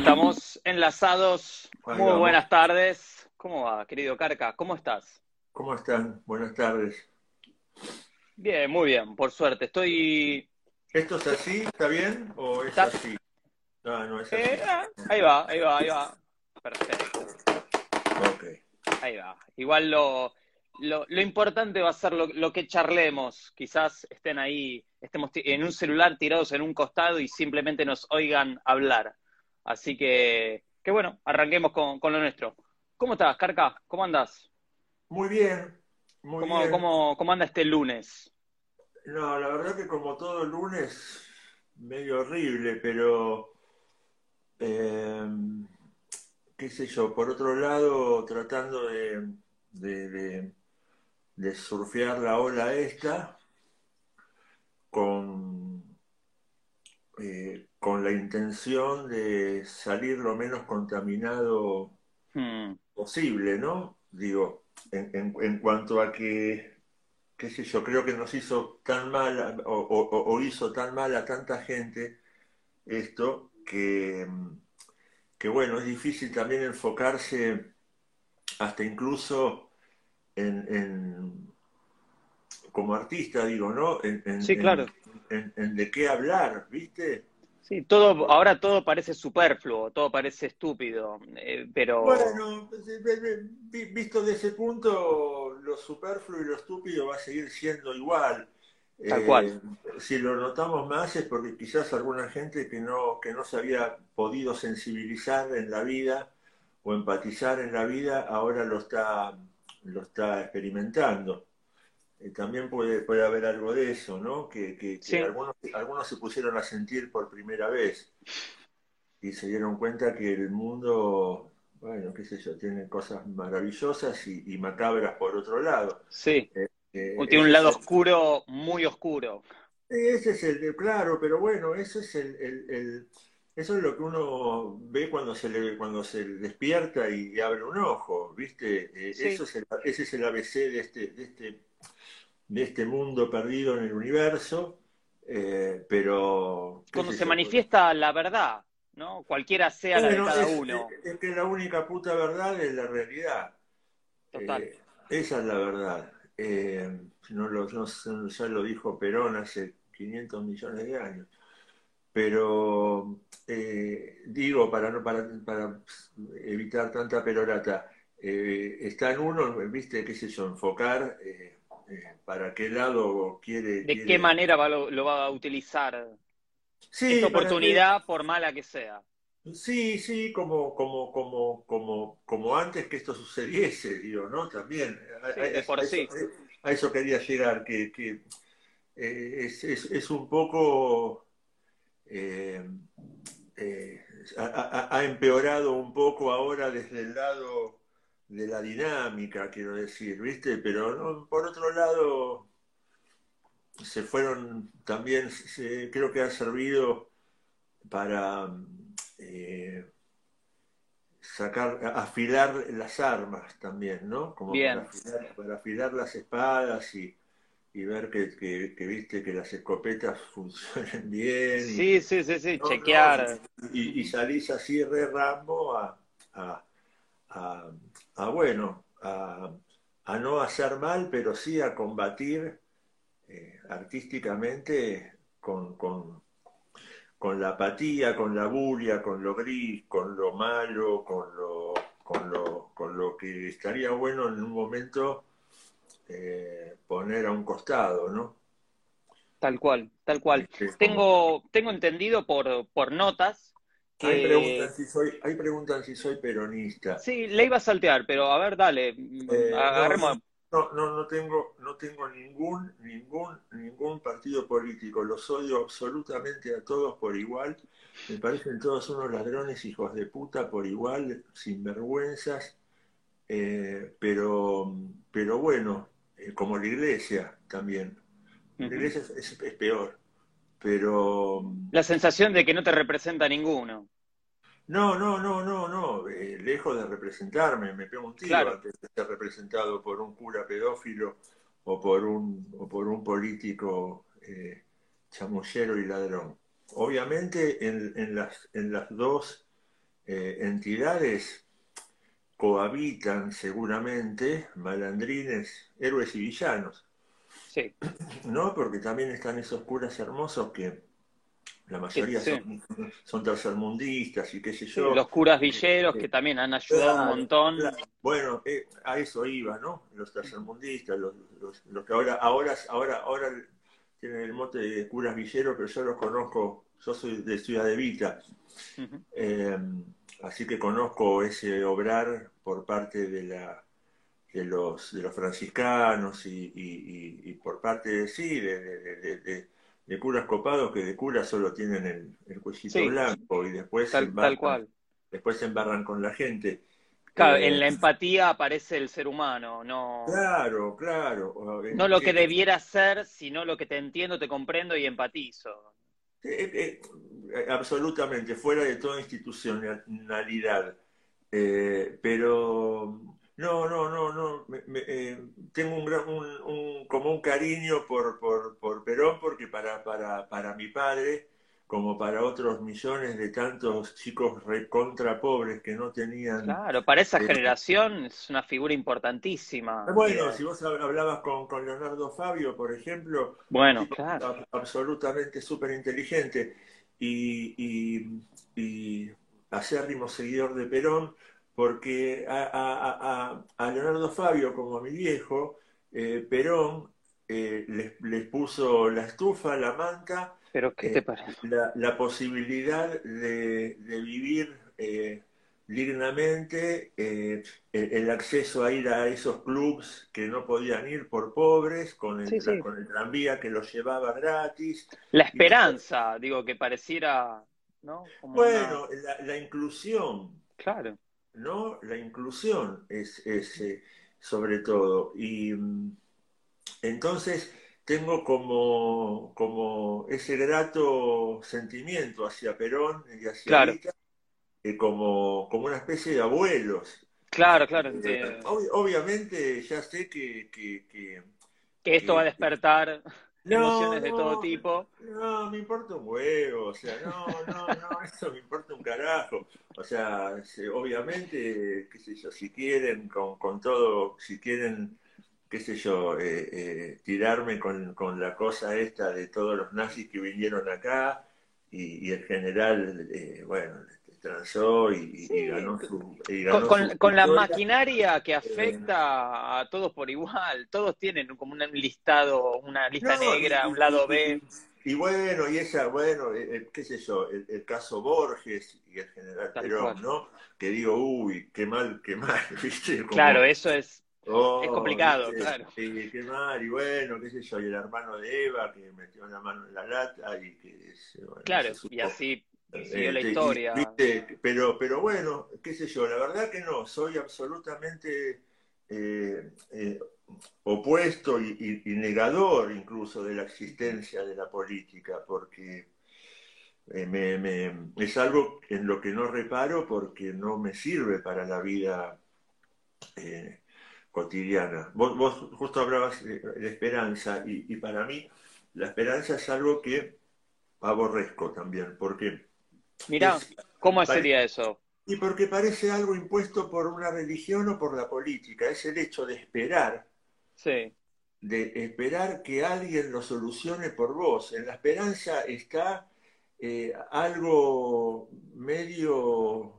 Estamos enlazados. Ahí Muy vamos. buenas tardes. ¿Cómo va, querido Carca? ¿Cómo estás? ¿Cómo están? Buenas tardes. Bien, muy bien, por suerte. Estoy... ¿Esto es así? ¿Está bien? ¿O es ta- así? Ah, no es así. ahí va, ahí va, ahí va. Perfecto, Ok. ahí va. Igual lo importante va a ser lo que charlemos. Quizás estén ahí, estemos en un celular tirados en un costado y simplemente nos oigan hablar. Así que bueno, arranquemos con lo nuestro. ¿Cómo estás, Carca? ¿Cómo andás? Muy bien, muy bien. ¿Cómo anda este lunes? No, la verdad que como todo lunes, medio horrible, pero eh, qué sé yo, por otro lado, tratando de, de- de surfear la ola esta con, con la intención de salir lo menos contaminado Hmm, posible, ¿no? Digo, en cuanto a que, qué sé yo, creo que nos hizo tan mal o hizo tan mal a tanta gente esto que bueno, es difícil también enfocarse hasta incluso en como artista, digo, ¿no? sí, claro. En de qué hablar, ¿viste? Sí, todo, ahora todo parece superfluo, todo parece estúpido, pero Bueno, visto de ese punto, lo superfluo y lo estúpido va a seguir siendo igual. tal cual. Eh, si lo notamos más es porque quizás alguna gente que no se había podido sensibilizar en la vida o empatizar en la vida, ahora lo está experimentando. También puede haber algo de eso, ¿no? Que Sí, algunos se pusieron a sentir por primera vez y se dieron cuenta que el mundo, bueno, qué sé yo, tiene cosas maravillosas y macabras por otro lado. sí. Tiene un Ese es lado oscuro, muy oscuro. ese es claro, pero bueno, eso es eso es lo que uno ve cuando se despierta y abre un ojo, ¿viste? Sí. Ese es el ABC de este mundo perdido en el universo, pero, qué Cuando sé se yo. manifiesta la verdad, ¿no? Cualquiera sea la de Bueno, cada uno. es que la única puta verdad es la realidad. Total. Esa es la verdad. Ya lo dijo Perón hace 500 millones de años. Pero digo, para evitar tanta perorata, está en uno, viste, qué sé yo, enfocar para qué lado ¿De qué quiere. manera lo va a utilizar esta Sí, para qué. oportunidad, por mala que sea? Sí, sí, como antes que esto sucediese, digo, ¿no? También, Sí, de por sí. a eso quería llegar, que es un poco, eh, ha empeorado un poco ahora desde el lado de la dinámica, quiero decir, ¿viste? Pero por otro lado, se fueron también, creo que ha servido para eh, afilar las armas también, ¿no? Como Bien. para afilar las espadas y ver viste que las escopetas funcionen bien y Sí, sí, sí, sí, no, no, chequear. y salís así re Rambo a, a, bueno, a no hacer mal, pero sí a combatir artísticamente con la apatía, con la bulia, con lo gris, con lo malo, con lo que estaría bueno en un momento poner a un costado, ¿no? Tal cual, tal cual. Como, Tengo entendido por notas que ahí preguntan si soy peronista. sí, le iba a saltear, pero a ver, dale, No, agarremos. no tengo ningún partido político. Los odio absolutamente a todos por igual. Me parecen todos unos ladrones, hijos de puta por igual, sinvergüenzas. Pero bueno, como la iglesia también. La Ujú. iglesia es peor. Pero La sensación de que no te representa ninguno. no. Lejos de representarme, me pego un tiro Claro, antes de ser representado por un cura pedófilo o por un político chamullero y ladrón. Obviamente en las dos entidades cohabitan seguramente malandrines, héroes y villanos, Sí, ¿no? Porque también están esos curas hermosos que la mayoría sí. son tercermundistas y qué sé Sí, yo. los curas villeros que también han ayudado un Claro, claro. montón. Bueno, a eso iba, ¿no? Los tercermundistas, los que ahora tienen el mote de curas villeros, pero yo los conozco, yo soy de Ciudad de Vita, Ujú. eh, así que conozco ese obrar por parte de los franciscanos y por parte, sí, de curas copados que de curas solo tienen el cuellito Sí, blanco y tal cual. después se embarran con la gente. Claro, en Eh, la empatía aparece el ser humano, no, claro, claro. no lo que debiera ser, sino lo que te entiendo, te comprendo y empatizo. Absolutamente, fuera de toda institucionalidad. Pero no. Tengo como un cariño por Perón, porque para mi padre, como para otros millones de tantos chicos recontra pobres que no tenían. Claro, para esa eh, generación es una figura importantísima. bueno, si vos hablabas con Leonardo Fabio, por ejemplo, un Bueno, tipo claro. absolutamente súper inteligente y acérrimo seguidor de Perón, porque a Leonardo Fabio, como a mi viejo, Perón les puso la estufa, la manta, Pero ¿qué te parece? la posibilidad de vivir dignamente, el acceso a ir a esos clubs que no podían ir por pobres, Sí, sí. con el tranvía que los llevaba gratis. La Y todo. esperanza, digo, que pareciera, ¿no? Como una... Bueno, la inclusión, Claro. ¿no? La inclusión es sobre todo. Entonces tengo como ese grato sentimiento hacia Perón y hacia Claro, Evita, como una especie de abuelos. claro. Obviamente ya sé Que esto va a que- despertar no, emociones de todo no, tipo. no, me importa un huevo, o sea, no, eso me importa un carajo. O sea, obviamente, qué sé yo, si quieren con todo, si quieren, qué sé yo, tirarme con la cosa esta de todos los nazis que vinieron acá y el general, bueno, transó Sí, y ganó su con la victoria. maquinaria que Eh, afecta a todos por igual, todos tienen como un listado, una lista no, negra, un lado B. y bueno, bueno, qué sé yo, el caso Borges y el general Tal Perón, cual. ¿no? Que digo, uy, qué mal, ¿viste? Claro, Como, eso es oh, complicado, ¿viste? claro. Qué mal, y bueno, qué sé yo, y el hermano de Eva que metió la mano en la lata y que, bueno, no se Claro, y supo. así siguió la historia. ¿Viste? Pero bueno, qué sé yo, la verdad que no, soy absolutamente opuesto y negador incluso de la existencia de la política, porque es algo en lo que no reparo porque no me sirve para la vida eh, cotidiana. Vos justo hablabas de esperanza y para mí la esperanza es algo que aborrezco también, porque Mirá, es, ¿cómo parece, sería eso? y porque parece algo impuesto por una religión o por la política, es el hecho Sí. de esperar que alguien lo solucione por vos. En la esperanza está algo medio,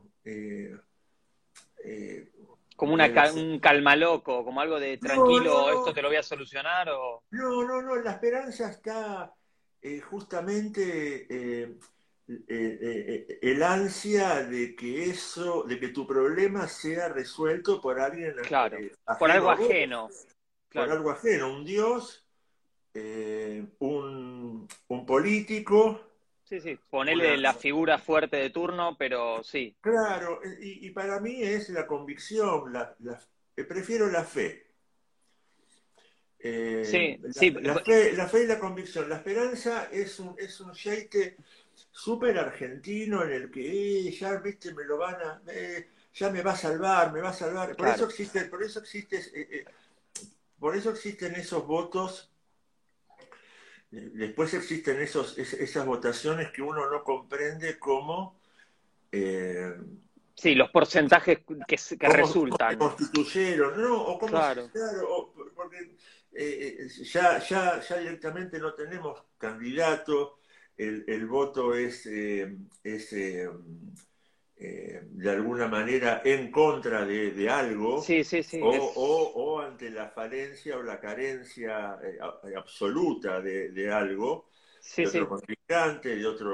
eh, Como relacionado. un calma loco, como algo de No, no, tranquilo, esto no, te lo voy a solucionar o... no, la esperanza está justamente el ansia de que tu problema sea resuelto por alguien Claro, por ajeno algo a vos, ajeno, por claro. algo ajeno, un Dios, un político, Sí, sí, ponele una, la figura fuerte de turno, pero sí. claro, y para mí es la convicción, prefiero la fe. Sí, sí, La fe y la convicción. La esperanza es un jeite súper argentino en el que ya, viste, ya me va a salvar, me va a salvar. claro. Por eso existen esos votos. Después existen esas votaciones que uno no comprende cómo, eh, Sí, los porcentajes que cómo se resultan. constituyeron, ¿no? O cómo se, Claro. claro, porque ya directamente no tenemos candidato, el voto es de alguna manera en contra de algo, Sí, sí, sí. o ante la falencia o la carencia absoluta de algo, Sí, de otro sí. contrincante,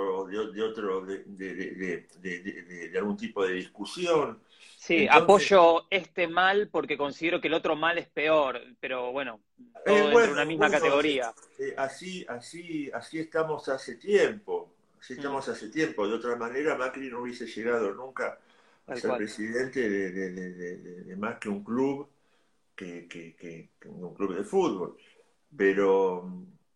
de algún tipo de discusión. Sí, Entonces, apoyo este mal porque considero que el otro mal es peor, pero bueno, todo dentro de una misma bueno, categoría. así estamos hace tiempo, así Mm, estamos hace tiempo. De otra manera, Macri no hubiese llegado nunca a tal ser cual. presidente de más que un club, que un club de fútbol. Pero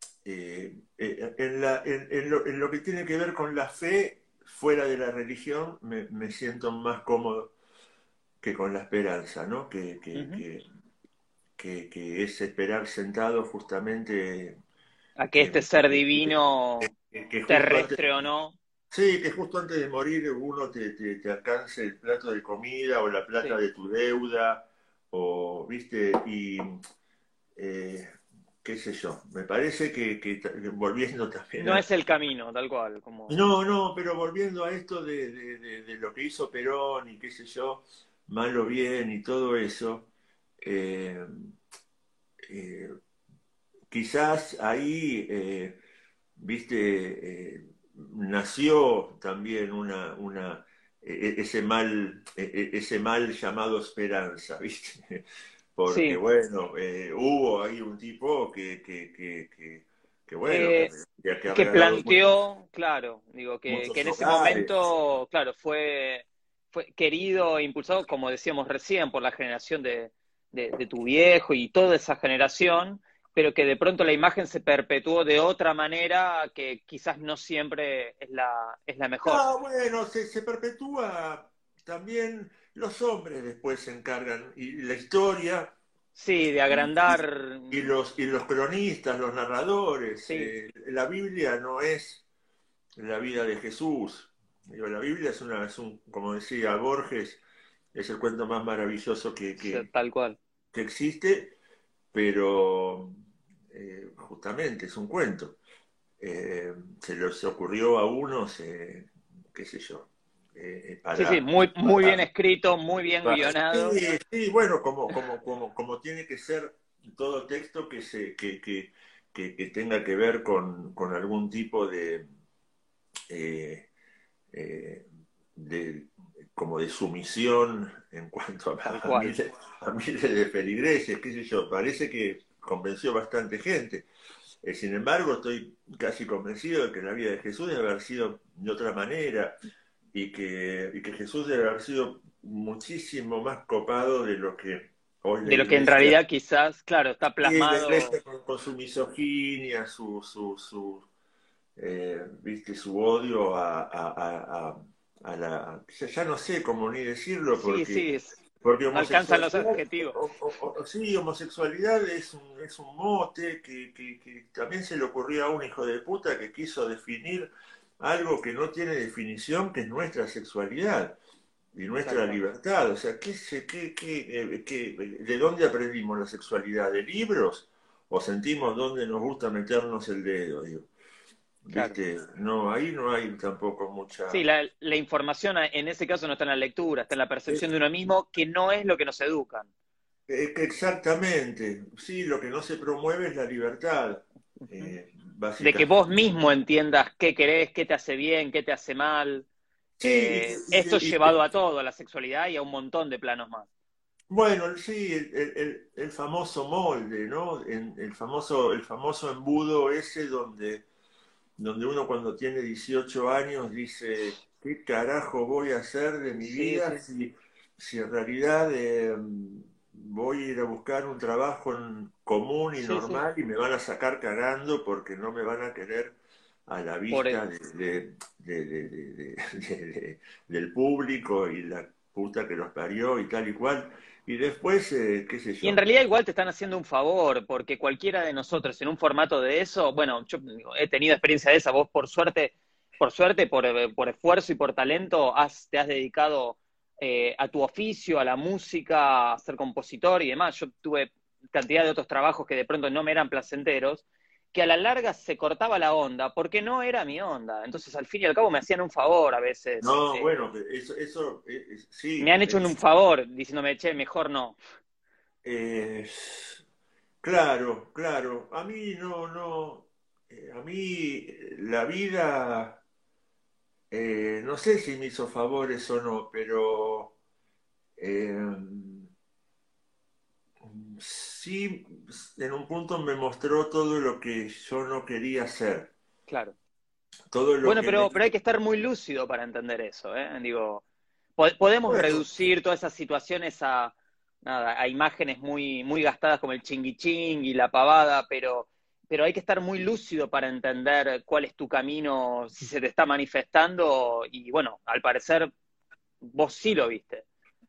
en lo que tiene que ver con la fe, fuera de la religión, me siento más cómodo que con la esperanza, ¿no? Ujú. Que es esperar sentado justamente A que este que, ser que- divino, que justo antes, terrestre o no, sí, que justo antes de morir uno te alcance el plato de comida o la plata sí, de tu deuda, o, viste, y eh, qué sé yo, me parece volviendo también no a... es el camino, tal cual, como... No, no, pero volviendo a esto de lo que hizo Perón y qué sé yo, mal o bien y todo eso, eh, eh, quizás ahí, viste, nació también ese mal llamado esperanza, viste, porque Sí, bueno, hubo ahí un tipo que bueno, eh, que ha que regalado planteó, claro, digo, que muchos en ese hogares. momento, claro, fue querido e impulsado, como decíamos recién, por la generación de tu viejo y toda esa generación, pero que de pronto la imagen se perpetuó de otra manera que quizás no siempre es la mejor. No, bueno, se perpetúa también, los hombres después se encargan, y la historia. Sí, de Y, agrandar, y los cronistas, los narradores, sí, la Biblia no es la vida de Jesús. Digo, la Biblia como decía Borges, es el cuento más maravilloso tal cual. que existe, pero justamente es un cuento. Se les ocurrió a unos, qué sé yo, Sí, sí, muy, muy bien para, escrito, muy bien sí, guionado. sí, bueno, como tiene que ser todo texto que tenga que ver con algún tipo eh, eh, de, como de sumisión en cuanto Tal a cual. miles de feligreses, qué sé yo, parece que convenció bastante gente. Sin embargo, estoy casi convencido de que la vida de Jesús debe haber sido de otra manera, y que Jesús debe haber sido muchísimo más copado de lo que hoy De lo que en realidad quizás, claro, está la plasmado. iglesia con su misoginia, viste, su odio a la, ya no sé cómo ni decirlo, Sí, porque, sí, porque no alcanzan los homosexualidad, adjetivos. sí, homosexualidad es un mote que también se le ocurrió a un hijo de puta que quiso definir algo que no tiene definición, que es nuestra sexualidad y Tal nuestra cual. libertad. O sea, ¿de dónde aprendimos la sexualidad? ¿De libros? ¿O sentimos dónde nos gusta meternos el dedo? Digo. Claro. ¿Viste? No, ahí no hay tampoco Sí, mucha... la información en ese caso no está en la lectura, está en la Eh, percepción de uno mismo, que no es lo que nos educan. exactamente, sí, lo que no se promueve es la libertad, Ujú. De que vos básicamente. mismo entiendas qué querés, qué te hace bien, qué te hace mal. Sí, Esto es llevado a todo, a la sexualidad y a un montón de planos más. bueno, sí, el famoso molde, ¿no? El famoso embudo ese donde uno cuando tiene 18 años dice, ¿qué carajo voy a hacer de mi Sí, vida sí. si en realidad voy a ir a buscar un trabajo común y Sí, sí. normal y me van a sacar cagando porque no me van a querer a la Por, vista del público y la puta que los parió y tal y cual? Y después, qué sé y en yo. realidad igual te están haciendo un favor, porque cualquiera de nosotros en un formato de eso, bueno, yo he tenido experiencia de esa, vos por suerte, por esfuerzo y por talento, te has dedicado a tu oficio, a la música, a ser compositor y demás. Yo tuve cantidad de otros trabajos que de pronto no me eran placenteros, que a la larga se cortaba la onda, porque no era mi onda. Entonces, al fin y al cabo, me hacían un favor a veces. No, bueno, eso Me sí. han hecho un favor diciéndome, che, mejor no. Eh, claro, claro. A mí no. A mí la vida, no sé si me hizo favores o no, pero eh, sí, en un punto me mostró todo lo que yo no quería hacer, Claro. todo lo Bueno, que me... pero hay que estar muy lúcido para entender eso, ¿eh? Digo, podemos Bueno, reducir todas esas situaciones a, nada, a imágenes muy gastadas como el chingui chingui, la pavada, pero hay que estar muy lúcido para entender cuál es tu camino, si se te está manifestando, y bueno, al parecer vos sí lo viste.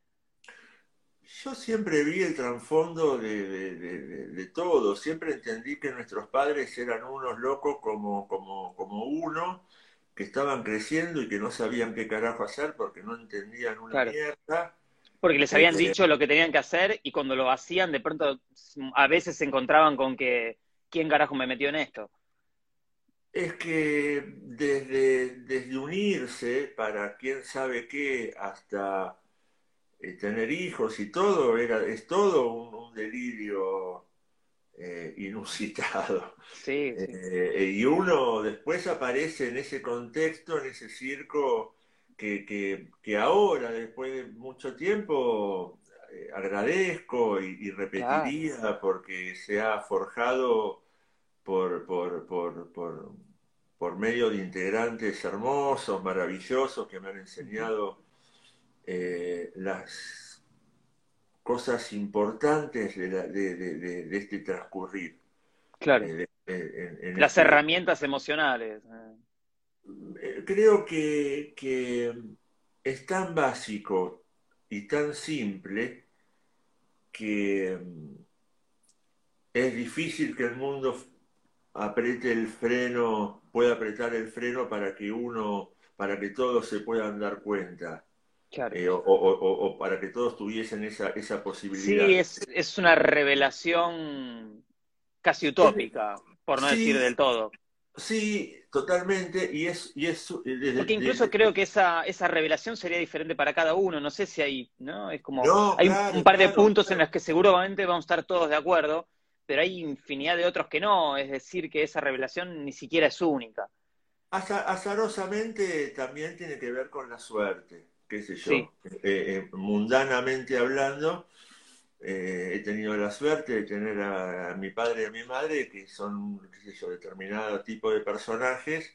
yo siempre vi el trasfondo de todo, siempre entendí que nuestros padres eran unos locos como uno, que estaban creciendo y que no sabían qué carajo hacer porque no entendían una Claro. mierda. Porque les Eh, habían dicho lo que tenían que hacer y cuando lo hacían, de pronto a veces se encontraban con que, ¿quién carajo me metió en esto? es que desde unirse para quién sabe qué hasta tener hijos y todo, es todo un delirio inusitado. Sí, sí. Y uno después aparece en ese contexto, en ese circo, que ahora, después de mucho tiempo, agradezco y Claro. repetiría porque se ha forjado por medio de integrantes hermosos, maravillosos, que me han Ujú. enseñado las cosas importantes de este transcurrir. Claro. En Las este, herramientas emocionales. creo que es tan básico y tan simple que es difícil que el mundo apriete el freno, pueda apretar el freno para que todos se puedan dar cuenta, Claro. o para que todos tuviesen esa Sí, posibilidad. es una revelación casi utópica, por no decir Sí, del todo. sí, totalmente, y es Porque incluso creo que esa revelación sería diferente para cada uno. No sé si hay, ¿no? Es como, no, hay un claro, par de claro, puntos en los claro. que seguramente vamos a estar todos de acuerdo, pero hay infinidad de otros que no. Es decir, que esa revelación ni siquiera es única. Azarosamente también tiene que ver con la suerte, qué sé Sí, yo. Mundanamente hablando, he tenido la suerte de tener a mi padre y a mi madre, que son, qué sé yo, determinado tipo de personajes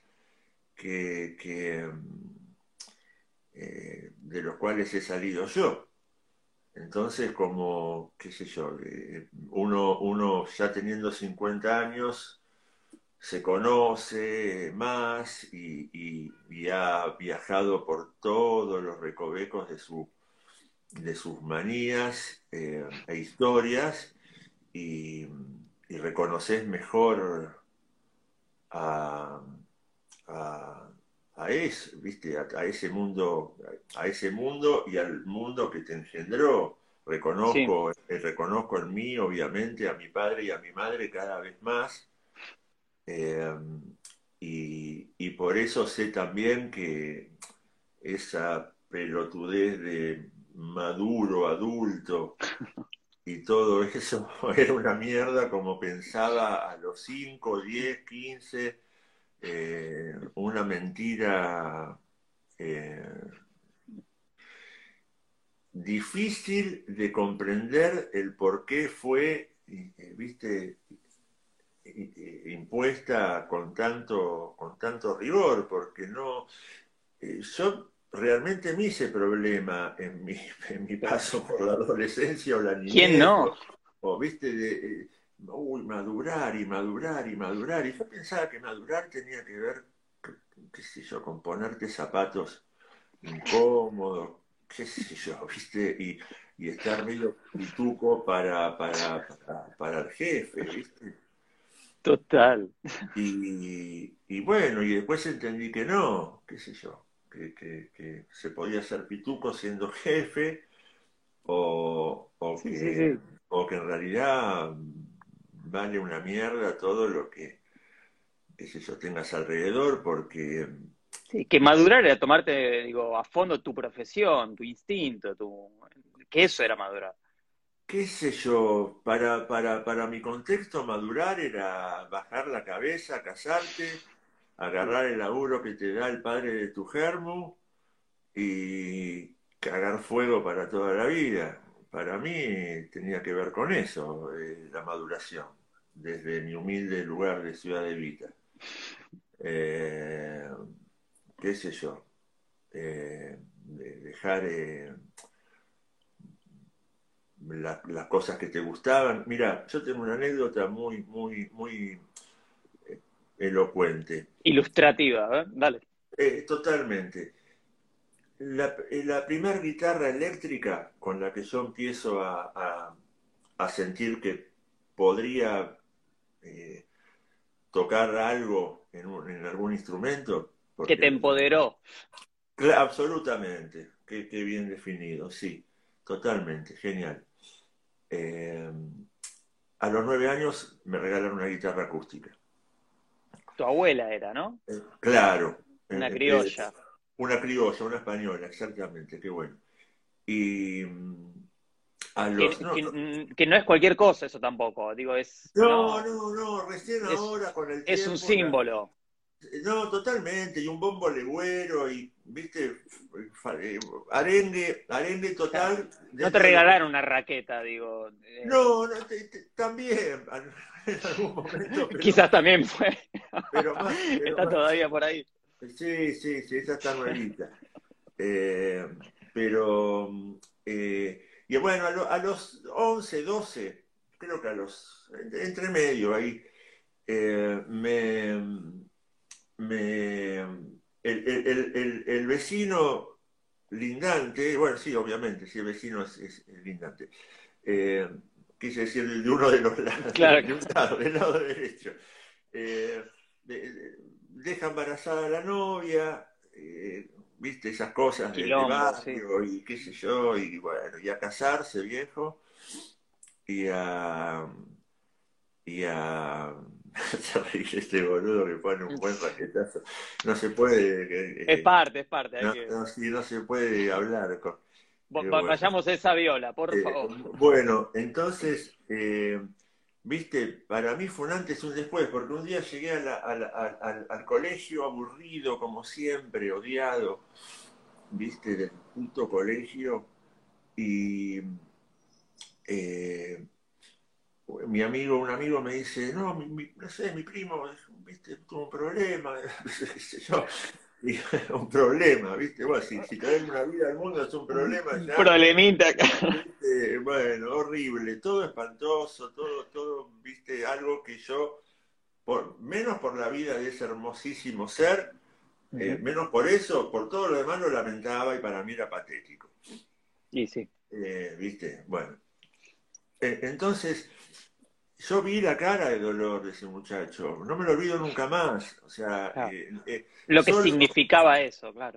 de los cuales he salido yo. Entonces, como, qué sé yo, uno ya teniendo 50 años se conoce más y ha viajado por todos los recovecos de sus manías e historias y reconoces mejor a, a, ¿viste? A ese mundo y al mundo que te engendró. sí. Reconozco en mí, obviamente, a mi padre y a mi madre cada vez más. Eh, y por eso sé también que esa pelotudez de maduro, adulto y todo eso era una mierda como pensaba a los 5 10 15 una mentira eh, difícil de comprender el por qué fue, viste, impuesta con tanto rigor, porque no, yo realmente me hice problema en mi Claro. paso por la adolescencia o la ¿Quién niñez, no? viste, uy, madurar y madurar y madurar. Y yo pensaba que madurar tenía que ver, qué sé yo, con ponerte zapatos incómodos, qué sé yo, viste, y estar medio pituco para el jefe, viste. Total. Y bueno, y después entendí que no, qué sé yo, que se podía ser pituco siendo jefe, o, o Sí, sí, que, sí. o que en realidad vale una mierda todo lo que, qué sé yo, tengas alrededor, porque, Sí, que madurar era tomarte, digo, a fondo tu profesión, tu instinto, que eso era madurar. qué sé yo, para mi contexto, madurar era bajar la cabeza, casarte, Sí. agarrar el laburo que te da el padre de tu germo y cagar fuego para toda la vida. Para mí tenía que ver con eso, la maduración, desde mi humilde lugar de Ciudad de Vita. Eh, qué sé yo, dejar las cosas que te gustaban. Mira, yo tengo una anécdota muy elocuente. Ilustrativa, ¿eh? Dale. Totalmente. La primera guitarra eléctrica con la que yo empiezo a sentir que podría eh, tocar algo en algún instrumento, Que te porque empoderó. absolutamente, qué bien definido, sí, totalmente, genial. Eh, a los 9 años me regalaron una guitarra acústica. Tu abuela era, ¿no? Claro, Una eh, eh, criolla. una criolla, una española, exactamente, qué bueno. Y a los... No, Que no es cualquier cosa eso tampoco. Digo, no, no, no, no, recién es, ahora con el es un tiempo, símbolo. no, totalmente, y un bombo legüero y, viste, arengue, arengue Claro. total No te dentro de lo que... regalaron una raqueta, digo. No, no, también, en algún momento, Quizás también fue. pero Está más, todavía por ahí. sí, sí, sí, esa está nuevita. Eh, pero, y bueno, a los 11 12 creo que entre medio ahí, me, el vecino lindante, bueno, sí, obviamente, sí, el vecino es lindante, eh, quise decir de uno de los lados, Claro. de un lado, del lado derecho, eh, deja embarazada a la novia, viste esas cosas de Quilombo, sí. barrio y qué sé yo, y bueno, y a casarse viejo, y a, y a se ríe este boludo que pone un buen raquetazo. No se puede, Es parte, hay no, que. no, sí, no se puede hablar. Qué bueno. Vayamos a esa viola, por favor. Bueno, entonces, viste, para mí fue un antes y un después, porque un día llegué al colegio aburrido, como siempre, odiado, viste, del puto colegio, y eh, un amigo me dice, no, no sé, mi primo, viste, tuvo un problema, qué sé yo, y, un problema, viste, bueno, si traer una vida al mundo es un problema ya, Problemita acá. viste, bueno, horrible, todo espantoso, todo, viste, algo que yo, menos por la vida de ese hermosísimo ser, Ujú. menos por eso, por todo lo demás lo lamentaba y para mí era patético, Y sí. viste, bueno. Entonces, yo vi la cara de dolor de ese muchacho, no me lo olvido nunca más. O sea, Claro. Lo que solo, significaba eso, claro.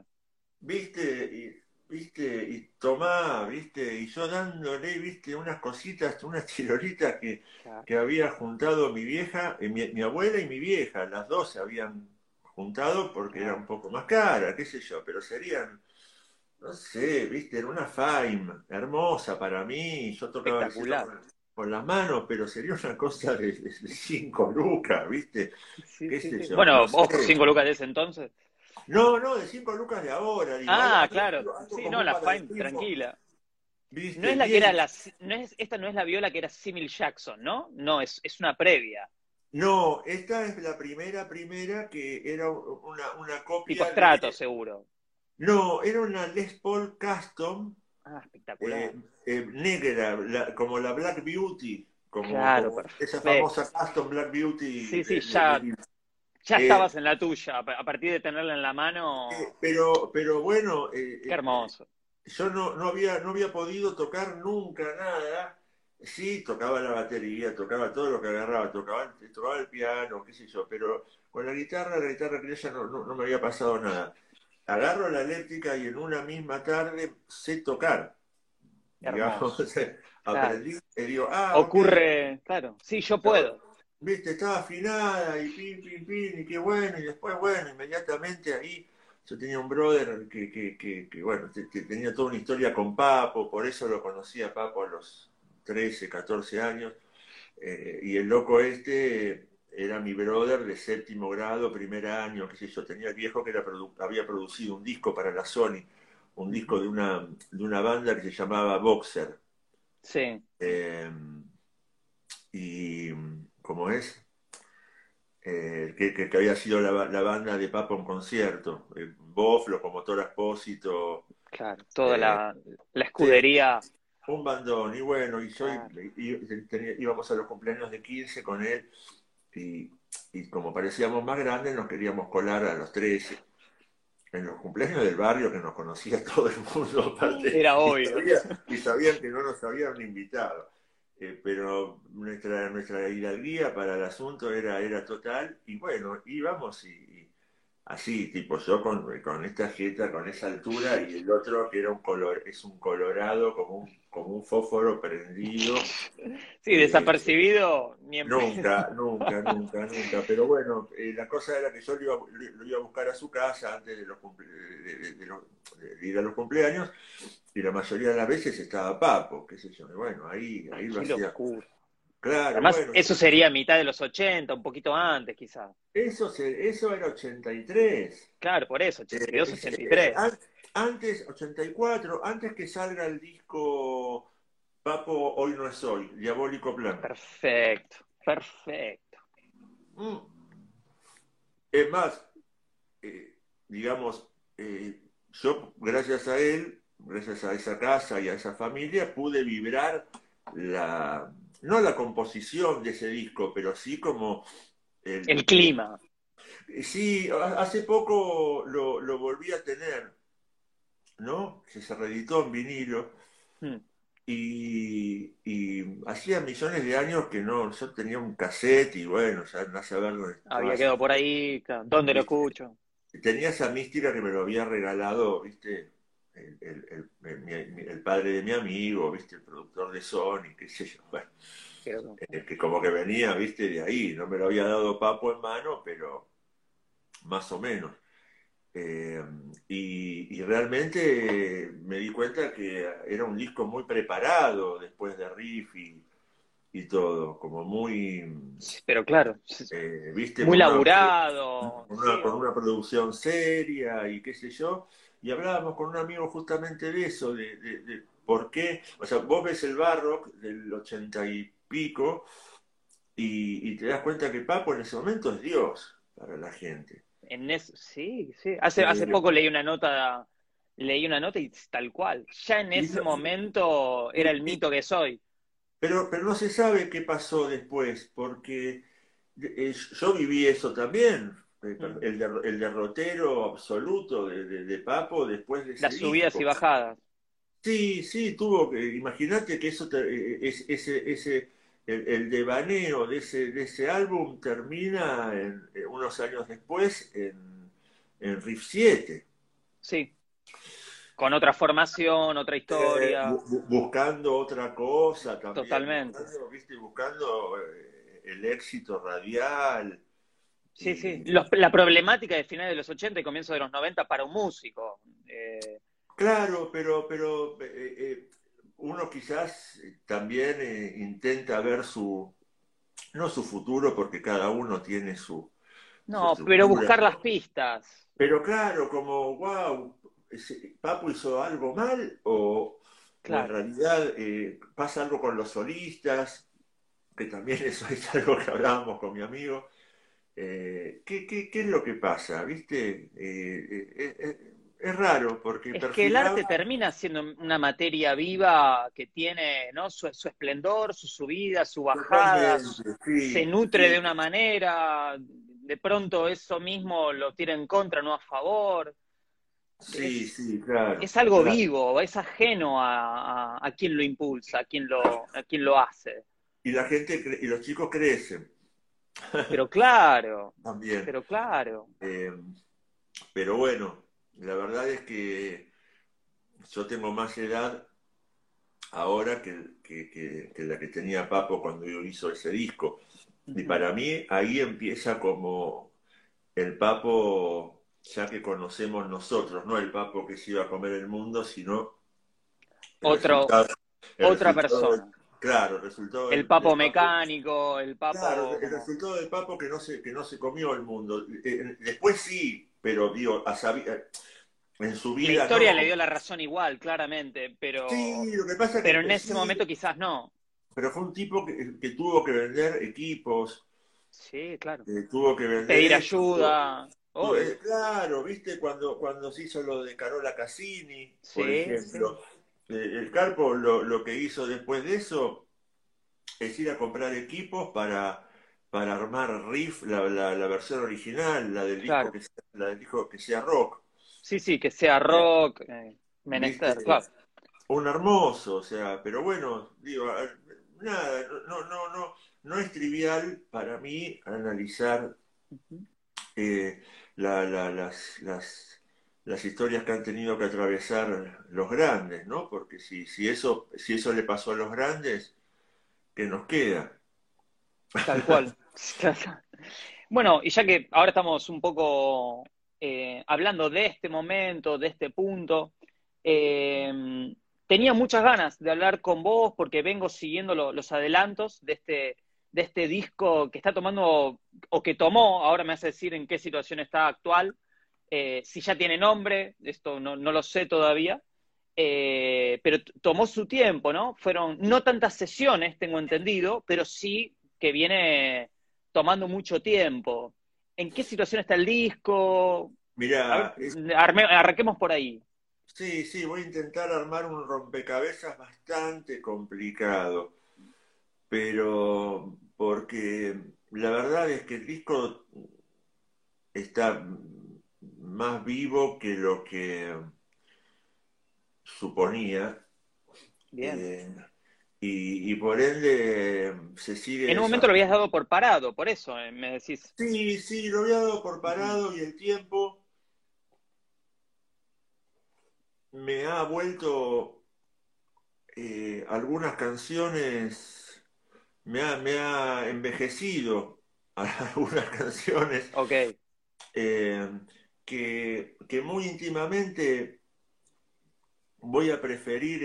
viste, y tomá, viste, y yo dándole, viste, unas cositas, unas chirolitas Claro. que había juntado mi vieja, mi abuela y mi vieja, las dos se habían juntado porque era Claro. un poco más cara, qué sé yo, pero serían, no sé, viste, era una Faim hermosa para mí, yo tocaba el cielo Espectacular. con las manos, pero sería una cosa de 5 lucas, viste, Sí, qué sí, sé sí. yo, Bueno, no ojo, sé. 5 lucas de ese entonces. No, no, de 5 lucas de ahora, digo, Ah, claro. algo Sí, no, como la para el Fine, primo, tranquila. No viste, es la que era 10. la. Esta no es la viola que era Simil Jackson, ¿no? No, es una previa. No, esta es la primera que era una Tipo copia Strato, de... seguro. No, era una Les Paul Custom Ah, eh, espectacular. negra, como la Black Beauty, Claro, como esa famosa perfecto. Custom Black Beauty Sí, sí, de ya, Gibson. ya Eh, estabas en la tuya. A partir de tenerla en la mano, pero bueno, qué hermoso. yo no había podido tocar nunca nada. Sí, tocaba la batería, tocaba todo lo que agarraba, tocaba el piano, qué sé yo, pero con la guitarra criolla no me había pasado nada. agarro la eléctrica y en una misma tarde sé tocar, digamos, Hermoso. Claro. aprendí y digo, ah, ok, Ocurre, claro, sí, yo puedo. viste, estaba afinada y pin, pin, pin, y qué bueno, y después, bueno, inmediatamente ahí yo tenía un brother que bueno, tenía toda una historia con Papo, por eso lo conocí a Papo a los 13, 14 años, y el loco este era mi brother de séptimo grado, primer año, qué sé yo, tenía el viejo que había producido un disco para la Sony, un disco Ujú. de una banda que se llamaba Boxer. Sí, Eh, y, ¿cómo es? Que había sido la banda de Papo en concierto. Boff, Locomotor Expósito. claro, toda eh, la sí, escudería. un bandón. Y bueno, y yo Claro. íbamos a los cumpleaños de 15 con él y, y como parecíamos más grandes nos queríamos colar a los 13 en los cumpleaños del barrio que nos conocía todo el mundo aparte Era obvio. y sabían que no nos habían invitado. Pero nuestra hidalguía para el asunto era total y bueno, íbamos y así, tipo yo con esta jeta, con esa altura y el otro que era es un colorado como un fósforo prendido. Sí, desapercibido, ni en pedo. Nunca, nunca, nunca, nunca. Pero bueno, la cosa era que yo lo iba a buscar a su casa antes de, de ir a los cumpleaños y la mayoría de las veces estaba Papo, qué sé yo. Y bueno, ahí lo Qué hacía. locura. Claro, Además, bueno, eso sería mitad de los 80, un poquito antes, quizás. eso era 83. Claro, por eso, Eh, 82, es- eh, 83. an- Antes, 84, antes que salga el disco Papo Hoy no es hoy, Diabólico Plan. Perfecto, perfecto. Mm. Es más, digamos, yo gracias a él, gracias a esa casa y a esa familia, pude vibrar no la composición de ese disco, pero sí como El el, clima. sí, hace poco lo volví a tener, ¿no? Que se reeditó en vinilo. Mm. Y hacía millones de años que no, yo tenía un cassette y bueno, ya no saber dónde estaba Había esa, quedado por ahí, claro. ¿Dónde lo ¿viste? escucho? Tenía esa mística que me lo había regalado, ¿viste? El padre de mi amigo, ¿viste? El productor de Sony, qué sé yo. Bueno, Pero, que como que venía, ¿viste? De ahí. No me lo había dado Papo en mano, pero más o menos. Eh, y realmente me di cuenta que era un disco muy preparado después de riff y todo, como muy, sí, pero claro, viste, muy laburado. Sí, con una obvio. producción seria y qué sé yo, y hablábamos con un amigo justamente de eso, de por qué, o sea, vos ves el Barrock del 80 y pico y te das cuenta que Papo en ese momento es Dios para la gente. Sí, sí. Hace Eh, poco leí una nota y tal cual. Ya en y ese momento era el y- mito que soy. pero no se sabe qué pasó después, porque yo viví eso también, Mm. el derrotero absoluto de Papo después de ese Las subidas y disco. bajadas. Sí, sí, tuvo que, imagínate que el devaneo de ese álbum termina unos años después en Riff 7. Sí, con otra formación, otra historia. Buscando otra cosa también, Totalmente. ¿viste? Buscando el éxito radial. Sí, sí. Y La problemática de finales de los 80 y comienzos de los 90 para un músico. claro, uno quizás también intenta ver no su futuro, porque cada uno tiene su No, pero estructura. buscar las pistas. Pero claro, como, wow, ¿Papo hizo algo mal? O en Claro. realidad pasa algo con los solistas, que también eso es algo que hablábamos con mi amigo. ¿Qué es lo que pasa? ¿Viste? Es raro, porque Es que el arte perfilaba termina siendo una materia viva que tiene, ¿no? Su esplendor, su subida, su bajada, totalmente, se sí, nutre de sí, una manera, de pronto eso mismo lo tira en contra, no a favor. sí, Es, sí, claro, es algo claro. vivo, es ajeno a quien lo impulsa, a quien lo hace. Y la gente, y los chicos crecen Pero claro, también. pero claro. Eh, pero bueno. la verdad es que yo tengo más edad ahora que la que tenía Papo cuando yo hizo ese disco. Y Ujú. para mí ahí empieza como el Papo ya que conocemos nosotros, no el Papo que se iba a comer el mundo, sino el Otro, resultado, el otra resultado persona. claro, el resultado El del papo Papo. mecánico, el Claro, papo el como... resultado del Papo que no se comió el mundo. Después sí, pero digo, en su La vida historia no. le dio la razón igual, claramente, Sí, lo que pasa es pero en que ese sí, momento quizás no. pero fue un tipo que tuvo que vender equipos, Sí, claro. tuvo que vender Pedir esto. ayuda, obvio. Claro, viste, cuando se hizo lo de Carola Cassini, por Sí, sí. ejemplo, el Carpo lo que hizo después de eso es ir a comprar equipos para armar Riff, la versión original, Claro. la del disco que sea rock. Sí, sí, que sea Eh, rock, ¿Viste? menester, claro. Un hermoso, o sea, pero bueno, digo, nada, no es trivial para mí analizar Ujú. eh, las historias que han tenido que atravesar los grandes, ¿no? Porque si eso le pasó a los grandes, ¿qué nos queda? Tal cual. Bueno, y ya que ahora estamos un poco hablando de este momento, de este punto, eh, tenía muchas ganas de hablar con vos porque vengo siguiendo los adelantos de este disco que está tomando, o que tomó, ahora me hace decir en qué situación está actual, si ya tiene nombre, esto no lo sé todavía, pero tomó su tiempo, ¿no? Fueron no tantas sesiones, tengo entendido, pero sí que viene tomando mucho tiempo. ¿En qué situación está el disco? A ver, Mirá, arranquemos por ahí. sí, sí, voy a intentar armar un rompecabezas bastante complicado, pero porque la verdad es que el disco está más vivo que lo que suponía. Bien. eh, y por ende se sigue En un momento lo habías desarrollando. dado por parado, por eso me decís. Sí, sí, lo había dado por Ujú. parado y el tiempo me ha vuelto algunas canciones, me ha envejecido algunas canciones Ok. eh, que muy íntimamente voy a preferir,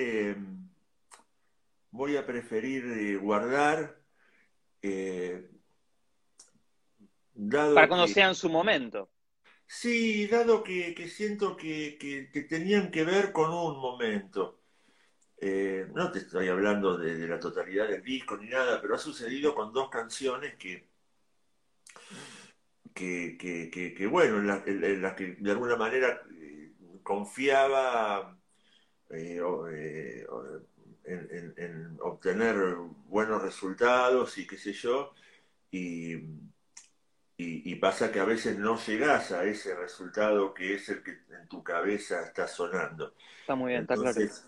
voy a preferir guardar, eh, Para dado cuando que sea en su momento. sí, dado que siento que tenían que ver con un momento. No te estoy hablando de la totalidad del disco ni nada, pero ha sucedido con dos canciones bueno, en las que de alguna manera confiaba en obtener buenos resultados y qué sé yo, y, y pasa que a veces no llegás a ese resultado que es el que en tu cabeza está sonando. Está muy bien, está claro. Entonces,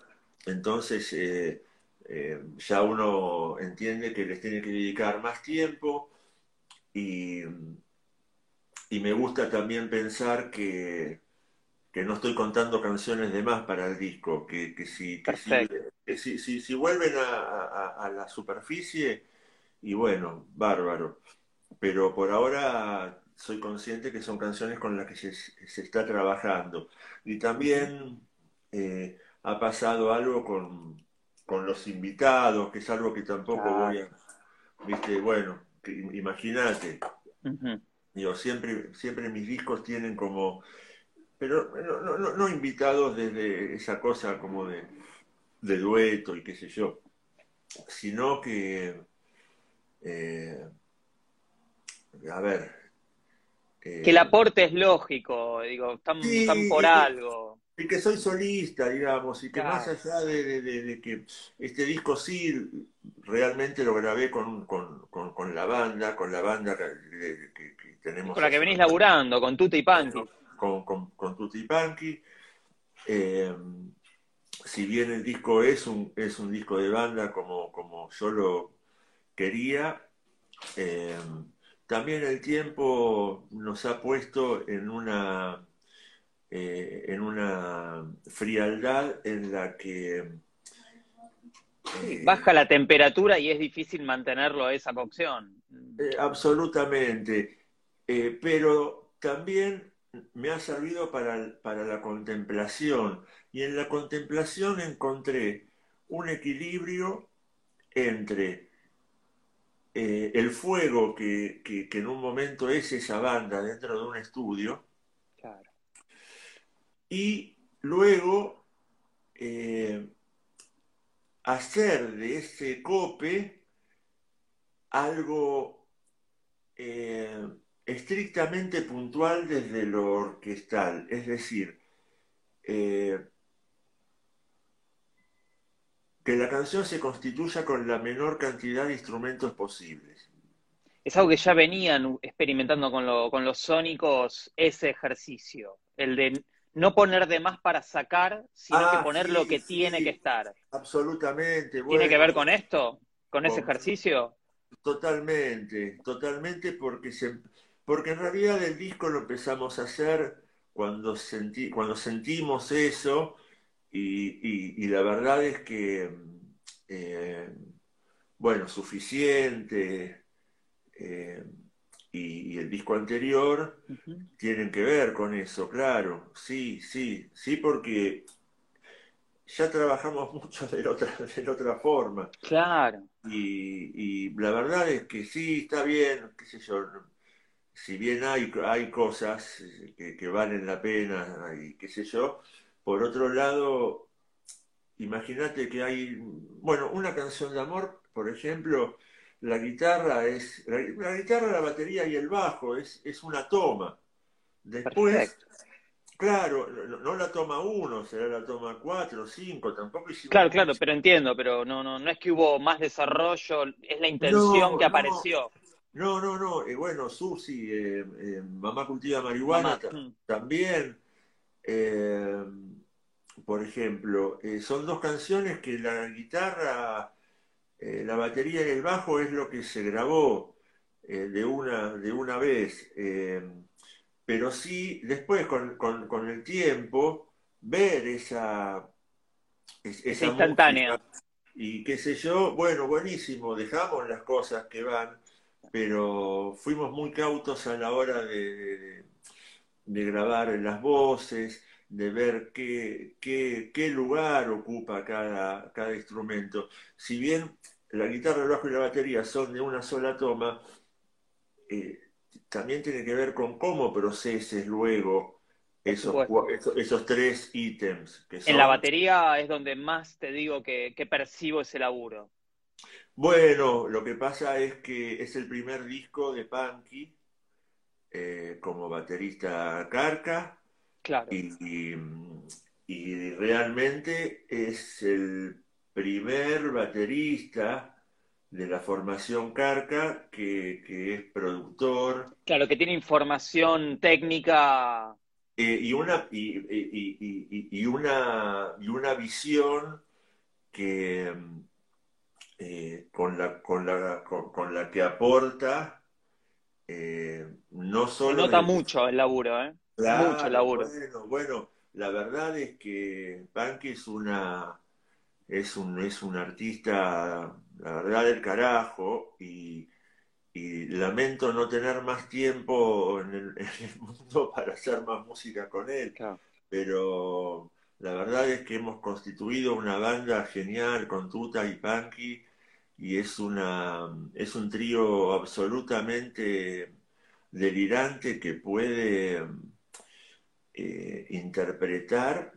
entonces ya uno entiende que les tiene que dedicar más tiempo y, y me gusta también pensar que no estoy contando canciones de más para el disco, Perfecto. si vuelven a la superficie, y bueno, bárbaro. Pero por ahora soy consciente que son canciones con las que se está trabajando. Y Ujú. también ha pasado algo con los invitados, que es algo que tampoco voy Claro. a, viste, bueno, imagínate, Ujú. digo, siempre mis discos tienen como, pero no invitados desde esa cosa como de dueto y qué sé yo, sino que, eh, a ver, Que el eh, aporte es lógico, digo, están sí, por algo. y que soy solista, digamos, y que más Claro. allá de que este disco sí realmente lo grabé con la banda que Es con tenemos la que hace venís unos años, laburando, con Tuta y Panky. con Tutti Panchi. Eh, si bien el disco es un disco de banda como yo lo quería, eh, también el tiempo nos ha puesto en una frialdad en la que Sí, eh, baja la temperatura y es difícil mantenerlo a esa cocción. absolutamente, pero también me ha servido para la contemplación y en la contemplación encontré un equilibrio entre el fuego que en un momento es esa banda dentro de un estudio Claro. y luego eh, hacer de ese cope algo eh, estrictamente puntual desde lo orquestal, es decir, eh, que la canción se constituya con la menor cantidad de instrumentos posibles. Es algo que ya venían experimentando con los sónicos, ese ejercicio, el de no poner de más para sacar, sino que Ah, poner lo sí, que tiene que sí, estar. absolutamente. ¿Tiene que Bueno, ver con esto? ¿Con ese con- ejercicio? totalmente, totalmente porque en realidad el disco lo empezamos a hacer cuando sentimos eso y la verdad es que, eh, bueno, suficiente eh, y el disco anterior Ujú. tienen que ver con eso, claro, sí, sí, sí, porque ya trabajamos mucho de la otra forma. Claro, Y la verdad es que sí, está bien, qué sé yo, si bien hay cosas que valen la pena y qué sé yo, por otro lado, imagínate que hay, bueno, una canción de amor, por ejemplo, la guitarra, la batería y el bajo es una toma. Después, perfecto. claro, no la toma uno, será la toma cuatro, cinco, tampoco hicimos Claro, claro, mucho. pero entiendo, pero no es que hubo más desarrollo, es la intención que No, no, apareció. no. Bueno, Susi, Mamá Cultiva Marihuana Mamá. también. eh, por ejemplo, son dos canciones que la guitarra, la batería y el bajo es lo que se grabó de una vez. Pero sí, después con el tiempo, ver Esa esa música instantánea. y qué sé yo, bueno, buenísimo, dejamos las cosas que van, pero fuimos muy cautos a la hora de grabar las voces, de ver qué lugar ocupa cada instrumento. Si bien la guitarra, el bajo y la batería son de una sola toma, eh, también tiene que ver con cómo proceses luego Por supuesto. esos tres ítems, que En la son, batería es donde más te digo que percibo ese laburo. bueno, lo que pasa es que es el primer disco de Punky como baterista Carca Claro. y, y realmente es el primer baterista de la formación Carca que es productor Claro, que tiene información técnica. y una visión que con la que aporta no Se solo en nota el. mucho el laburo, ¿eh? Mucho Claro, laburo. bueno, la verdad es que Banky es un artista, la verdad del carajo, y lamento no tener más tiempo en el mundo para hacer más música con él, Claro. pero la verdad es que hemos constituido una banda genial con Tuta y Punky, y es un trío absolutamente delirante que puede interpretar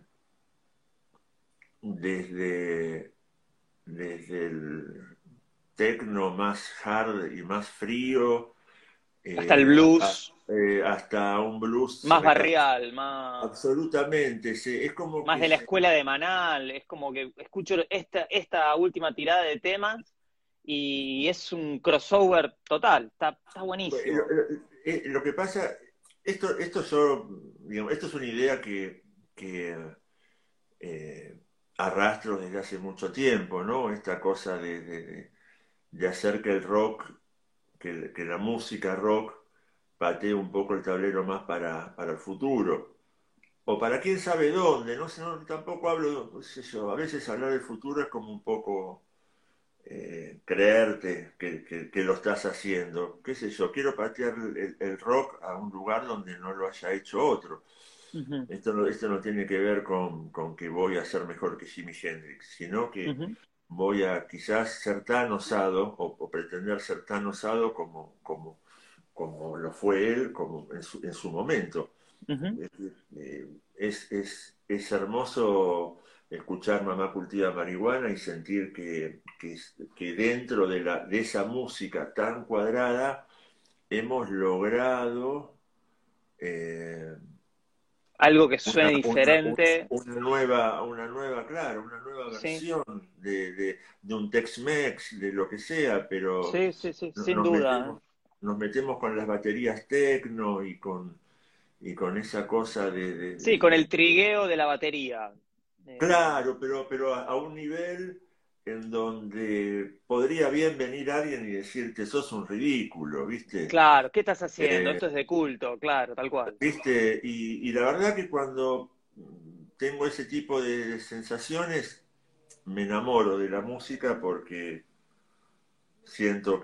desde, desde el tecno más hard y más frío Hasta el blues, hasta un blues más barrial, más, absolutamente. Es como más que de la escuela de Manal. Es como que escucho esta última tirada de temas y es un crossover total. Está buenísimo. lo que pasa, esto yo, digamos, esto es una idea que eh, arrastro desde hace mucho tiempo, ¿no? Esta cosa de hacer que el rock, que la música rock patee un poco el tablero más para el futuro. o para quién sabe dónde, no sé, no, tampoco hablo, qué sé yo, a veces hablar del futuro es como un poco creerte que lo estás haciendo, qué sé yo, quiero patear el rock a un lugar donde no lo haya hecho otro. Ujú, Esto no tiene que ver con que voy a ser mejor que Jimi Hendrix, sino que ujú, voy a quizás ser tan osado o pretender ser tan osado como lo fue él como en su momento. ujú. Es hermoso escuchar Mamá cultiva marihuana y sentir que dentro de esa música tan cuadrada hemos logrado eh, Algo que suene diferente. una nueva, claro, una nueva Sí, versión de un Tex-Mex, de lo que sea, pero sí, sí, sí, sin nos duda. ¿Eh? nos metemos con las baterías tecno y con esa cosa Sí, con el trigueo de la batería. Eh, claro, pero a un nivel en donde podría bien venir alguien y decirte, sos un ridículo, ¿viste? claro, ¿qué estás haciendo? Eh, Esto es de culto, claro, tal cual. ¿Viste? Y la verdad que cuando tengo ese tipo de sensaciones, me enamoro de la música porque siento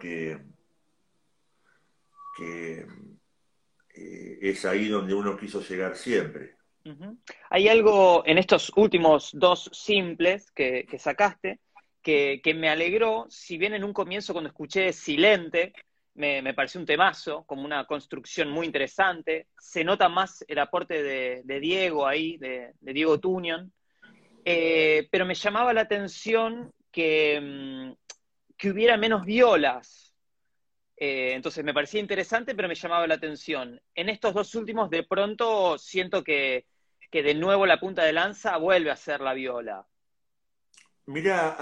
que es ahí donde uno quiso llegar siempre. Ujú. Hay algo en estos últimos dos simples que sacaste que me alegró, si bien en un comienzo cuando escuché Silente me pareció un temazo, como una construcción muy interesante, se nota más el aporte de Diego ahí, de Diego Tuñón, pero me llamaba la atención que hubiera menos violas. Entonces me parecía interesante, pero me llamaba la atención. En estos dos últimos, de pronto siento que de nuevo la punta de lanza vuelve a ser la viola. Mirá,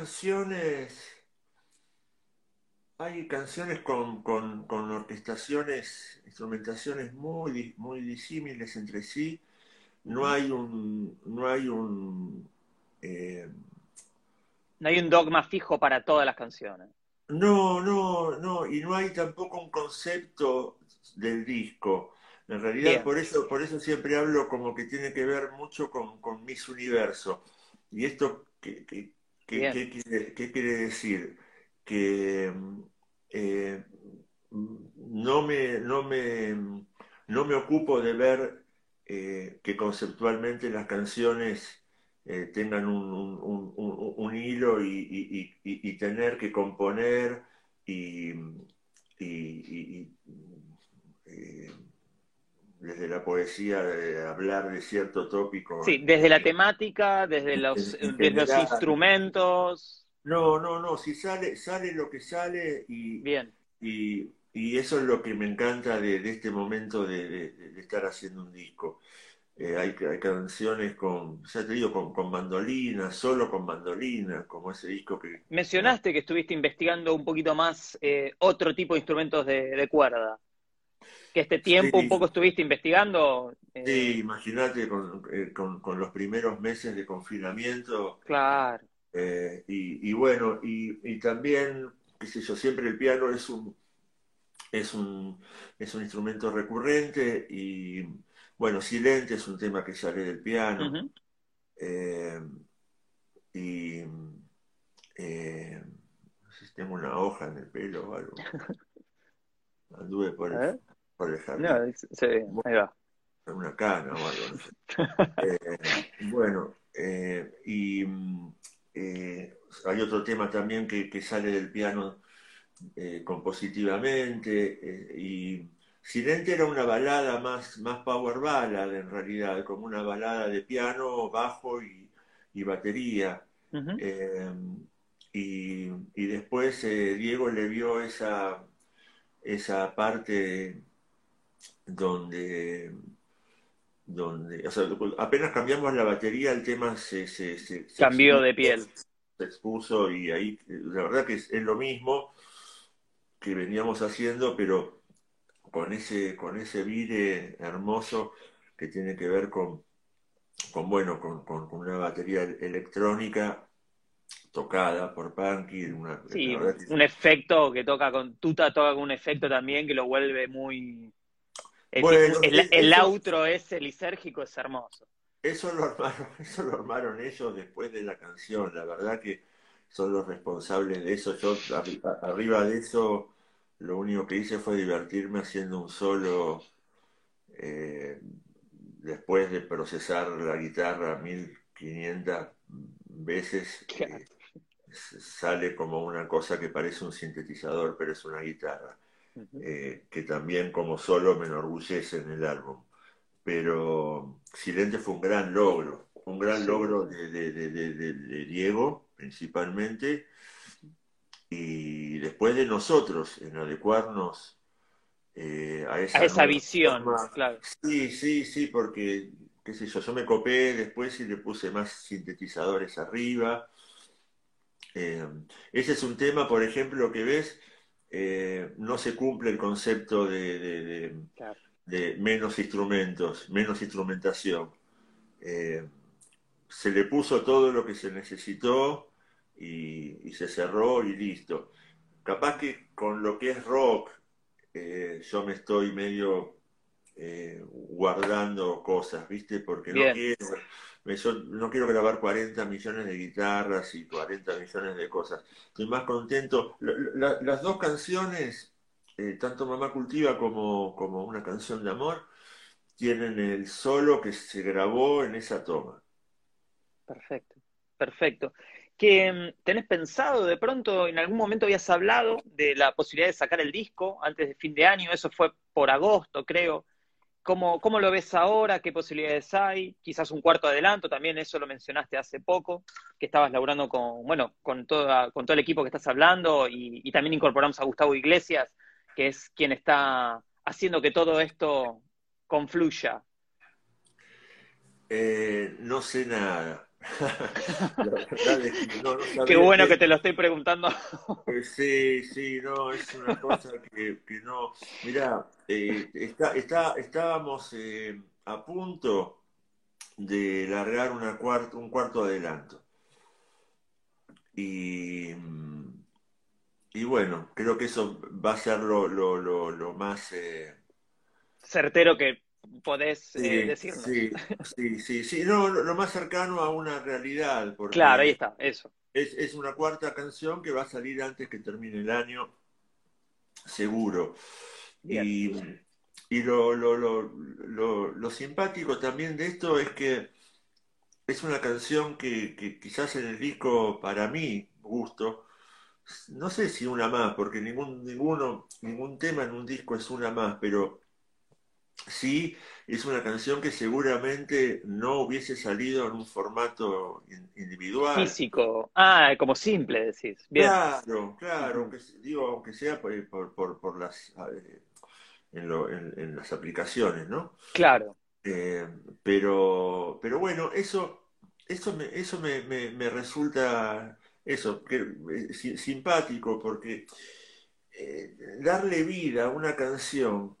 hay canciones con orquestaciones, instrumentaciones muy disímiles entre sí. Ujú. No hay un, eh, No hay un dogma fijo para todas las canciones. no, y no hay tampoco un concepto del disco. En realidad, Bien, por eso siempre hablo como que tiene que ver mucho con Miss Universo. ¿Y esto bien. qué quiere decir? Que eh, no me ocupo de ver que conceptualmente las canciones tengan un hilo y tener que componer y, y eh, desde la poesía hablar de cierto tópico Sí, desde la temática, en desde los general. instrumentos. No, si sale, sale lo que sale Bien. y eso es lo que me encanta de este momento de estar haciendo un disco. Hay canciones con, ya te digo, con mandolina, solo con mandolina, como ese disco que Mencionaste que estuviste investigando un poquito más otro tipo de instrumentos de cuerda. Que este tiempo un sí, poco estuviste investigando. sí, imagínate con los primeros meses de confinamiento Claro. y bueno, y también, qué sé yo, siempre el piano es un, es un instrumento recurrente y bueno, Silente es un tema que sale del piano Ujú. eh, y no sé si tengo una hoja en el pelo o algo, anduve A ver. por el jardín, No, se ve, bueno, ahí va. una cana o algo, no sé. Eh, bueno, hay otro tema también que sale del piano compositivamente y Silente era una balada más power ballad en realidad, como una balada de piano, bajo y batería. Ujú. Eh, y después Diego le vio esa parte donde o sea, apenas cambiamos la batería, el tema Cambió de piel. se expuso y ahí la verdad que es lo mismo que veníamos haciendo, pero con ese vire hermoso que tiene que ver bueno, con una batería electrónica tocada por Punky, la Sí, verdad que un efecto que toca con Tuta, toca con un efecto también que lo vuelve muy Bueno, El outro ese lisérgico es hermoso. eso lo armaron ellos después de la canción. La verdad que son los responsables de eso. Yo arriba de eso, lo único que hice fue divertirme haciendo un solo después de procesar la guitarra 1500 veces. Sale como una cosa que parece un sintetizador, pero es una guitarra. Ujú. Que también como solo me enorgullece en el álbum. Pero Silente fue un gran Sí. logro de Diego principalmente, y después de nosotros en adecuarnos a A esa esa nueva visión, forma. claro. Sí, sí, sí, porque, qué sé yo me copé después y le puse más sintetizadores arriba. Eh, Ese es un tema, por ejemplo, que ves, no se cumple el concepto Claro. de menos instrumentos, menos instrumentación. Eh, Se le puso todo lo que se necesitó y se cerró y listo. Capaz que con lo que es rock, yo me estoy medio guardando cosas, ¿viste? Porque Bien. yo no quiero grabar 40 millones de guitarras y 40 millones de cosas. Estoy más contento. Las dos canciones, tanto Mamá Cultiva como Una canción de amor, tienen el solo que se grabó en esa toma. Perfecto, perfecto. ¿Que tenés pensado, de pronto, en algún momento habías hablado de la posibilidad de sacar el disco antes de fin de año? Eso fue por agosto, creo. ¿Cómo lo ves ahora? ¿Qué posibilidades hay? Quizás un cuarto adelanto, también eso lo mencionaste hace poco, que estabas laburando con, bueno, con todo el equipo que estás hablando y también incorporamos a Gustavo Iglesias, que es quien está haciendo que todo esto confluya. No sé nada. La verdad es que no Qué sabría. bueno que te lo estoy preguntando. Sí, sí, no, es una cosa que no. Mirá, estábamos a punto de largar un cuarto adelanto. Y, y bueno, creo que eso va a ser lo más. Certero que podés Sí, decirnos. sí, sí, sí, sí, no, lo más cercano a una realidad, Claro, ahí porque está, eso. es una cuarta canción que va a salir antes que termine el año, seguro. Bien. Y lo simpático también de esto es que es una canción que quizás en el disco, para mí, gusto, no sé si una más, porque ningún tema en un disco es una más, pero sí es una canción que seguramente no hubiese salido en un formato individual. Físico. Ah, como simple decís. Bien. Claro, claro, Ujú. aunque, digo, aunque sea por en las aplicaciones, ¿no? Claro. Eh, pero bueno, me resulta eso, simpático, porque darle vida a una canción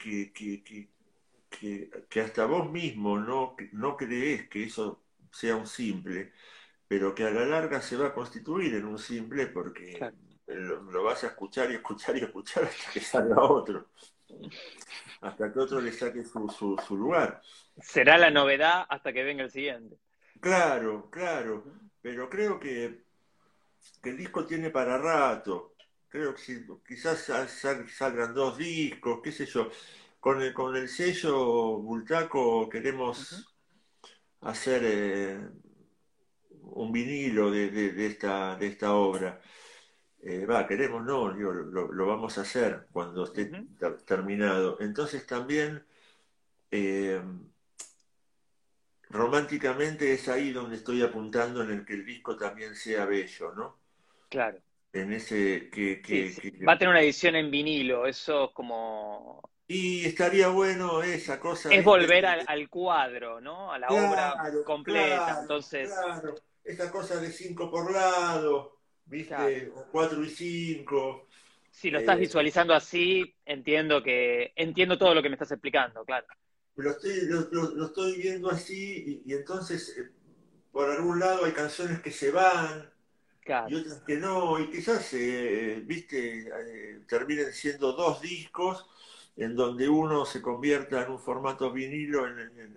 que hasta vos mismo no creés que eso sea un simple, pero que a la larga se va a constituir en un simple porque Claro. lo vas a escuchar y escuchar y escuchar hasta que salga otro, hasta que otro le saque su lugar. Será la novedad hasta que venga el siguiente. Claro, claro, pero creo que el disco tiene para rato. Creo que quizás salgan dos discos, qué sé yo. Con el sello Bultaco Ujú. queremos hacer un vinilo de esta obra. Queremos, no, digo, lo vamos a hacer cuando esté Ujú. terminado. Entonces también eh, románticamente es ahí donde estoy apuntando en el que el disco también sea bello, ¿no? Claro. En ese Sí, sí. Va a tener una edición en vinilo. Eso es como. y estaría bueno esa cosa, Es ¿viste? volver al cuadro, ¿no? A la obra Claro, completa. claro, Entonces, claro. Esa cosa de 5 por lado, claro. ¿viste? O 4 y 5. Si lo estás visualizando así, entiendo todo lo que me estás explicando, claro. Lo estoy viendo así y entonces por algún lado hay canciones que se van y Claro. otras que no, y quizás, viste, terminen siendo dos discos en donde uno se convierta en un formato vinilo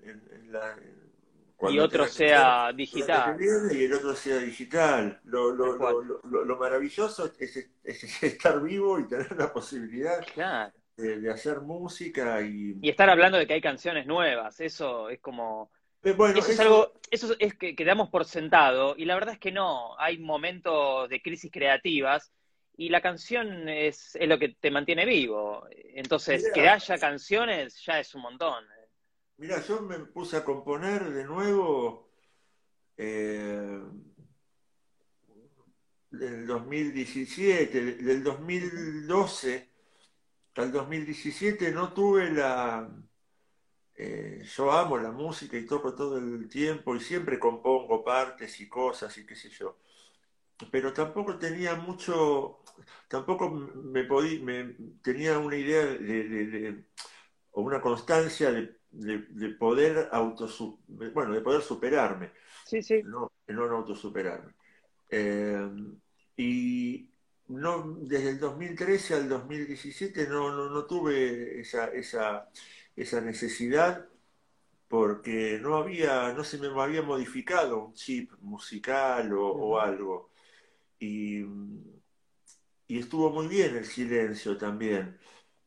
Y cuando otro tenga que ser sea el año que digital, viene y el otro sea digital. tal cual. Lo maravilloso es estar vivo y tener la posibilidad Claro. de hacer música Y estar hablando de que hay canciones nuevas, eso es como, bueno, eso es algo, eso es que damos por sentado, y la verdad es que no, hay momentos de crisis creativas, y la canción es lo que te mantiene vivo. Entonces, que mirá, haya canciones ya es un montón. mirá, yo me puse a componer de nuevo eh, del 2017, del Ujú. 2012 al 2017 no tuve yo amo la música y toco todo el tiempo y siempre compongo partes y cosas y qué sé yo. Pero tampoco tenía mucho, tampoco tenía una idea o una constancia de poder bueno, de poder superarme, Sí, sí. no autosuperarme. Eh, y no, desde el 2013 al 2017 no tuve esa necesidad porque no se me había modificado un chip musical o Ujú. algo. Y, y estuvo muy bien el silencio también,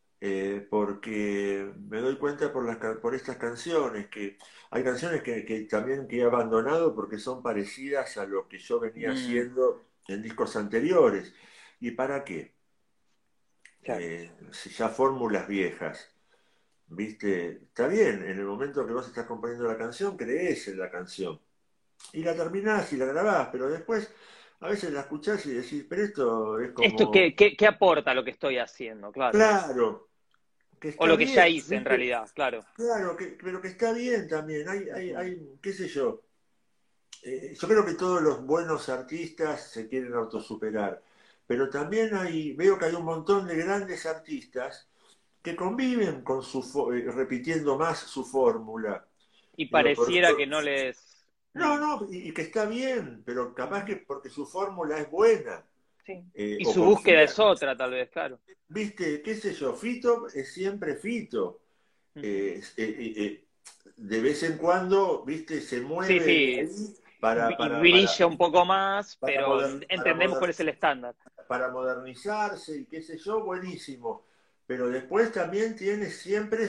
porque me doy cuenta por estas canciones, que hay canciones que también que he abandonado porque son parecidas a lo que yo venía Mm, haciendo en discos anteriores. ¿Y para qué? claro. Si ya fórmulas viejas, ¿viste? Está bien, en el momento que vos estás componiendo la canción, crees en la canción. Y la terminás y la grabás, pero después a veces la escuchás y decís, pero esto es ¿Esto como, qué aporta a lo que estoy haciendo? Claro. claro, que O está lo que bien, ya hice en ¿viste? realidad, claro. Claro, pero que está bien también. Ujú. Qué sé yo. Yo creo que todos los buenos artistas se quieren autosuperar, pero también veo que hay un montón de grandes artistas que conviven con repitiendo más su fórmula. Y Digo, pareciera que no les... no, Mm, no, y que está bien, pero capaz ujú. que porque su fórmula es buena, Sí. Y o su búsqueda es confía. otra, tal vez, claro. Viste, qué sé yo, Fito es siempre Fito. Ujú. Eh, eh, eh, eh, de vez en cuando, viste, se Sí, mueve de sí, ahí y brilla un poco más, para, pero moder- para, entendemos cuál moder- es el estándar. para modernizarse y qué sé yo, buenísimo. Pero después también tiene siempre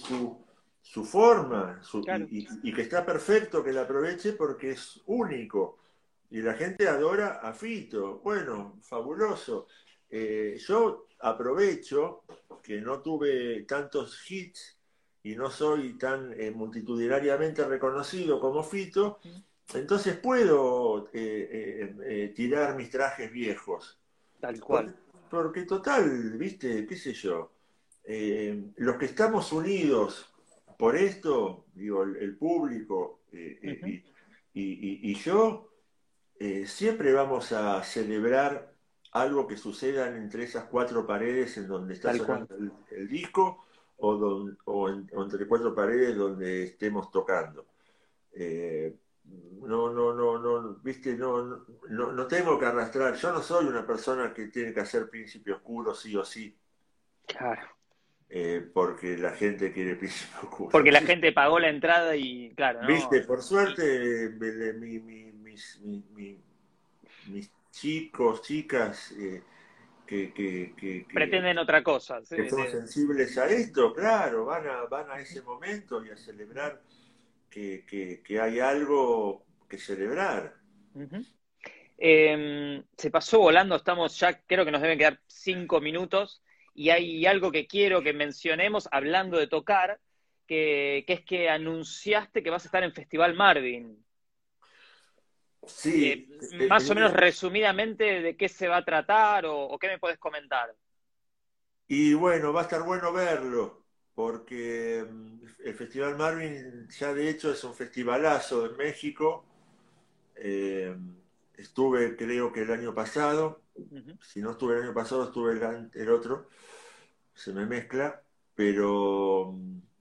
su forma Claro. y que está perfecto que la aproveche porque es único. Y la gente adora a Fito. Bueno, fabuloso. Yo aprovecho que no tuve tantos hits y no soy tan multitudinariamente reconocido como Fito, Ujú. entonces puedo tirar mis trajes viejos. Tal Porque, cual. porque total, viste, qué sé yo, los que estamos unidos por esto, digo, el público Ujú. y yo, siempre vamos a celebrar algo que suceda entre esas cuatro paredes en donde está Tal cual. sonando el disco o entre cuatro paredes donde estemos tocando. Eh, viste, no tengo que arrastrar. Yo no soy una persona que tiene que hacer Príncipe Oscuro sí o sí, Claro. porque la gente quiere Príncipe Oscuro. Porque la gente pagó la entrada y, claro, Viste, ¿no? por Y suerte, mis chicos, chicas, que, que, que, que, pretenden otra cosa. Sí, que son sensibles a esto, claro, van a ese momento y a celebrar que hay algo que celebrar. ujú. Se pasó volando, estamos ya, creo que nos deben quedar 5 minutos, y hay algo que quiero que mencionemos hablando de tocar, que es que anunciaste que vas a estar en Festival Marvin. Sí, Más o menos resumidamente, ¿de qué se va a tratar o qué me puedes comentar? y bueno, va a estar bueno verlo, porque el Festival Marvin ya de hecho es un festivalazo en México. Eh, Estuve creo que el año pasado, Ujú. si no estuve el año pasado, estuve el otro, se me mezcla, pero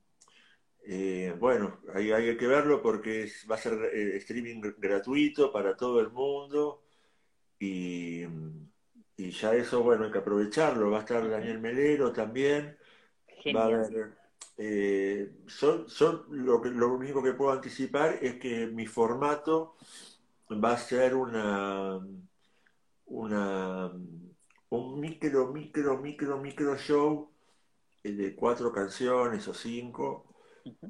bueno, hay que verlo porque va a ser streaming gratuito para todo el mundo y ya eso, bueno, hay que aprovecharlo. Va a estar Ujú. Daniel Melero también. va a Genial. haber, yo lo único que puedo anticipar es que mi formato va a ser una, un micro show de 4 canciones o 5, Ujú.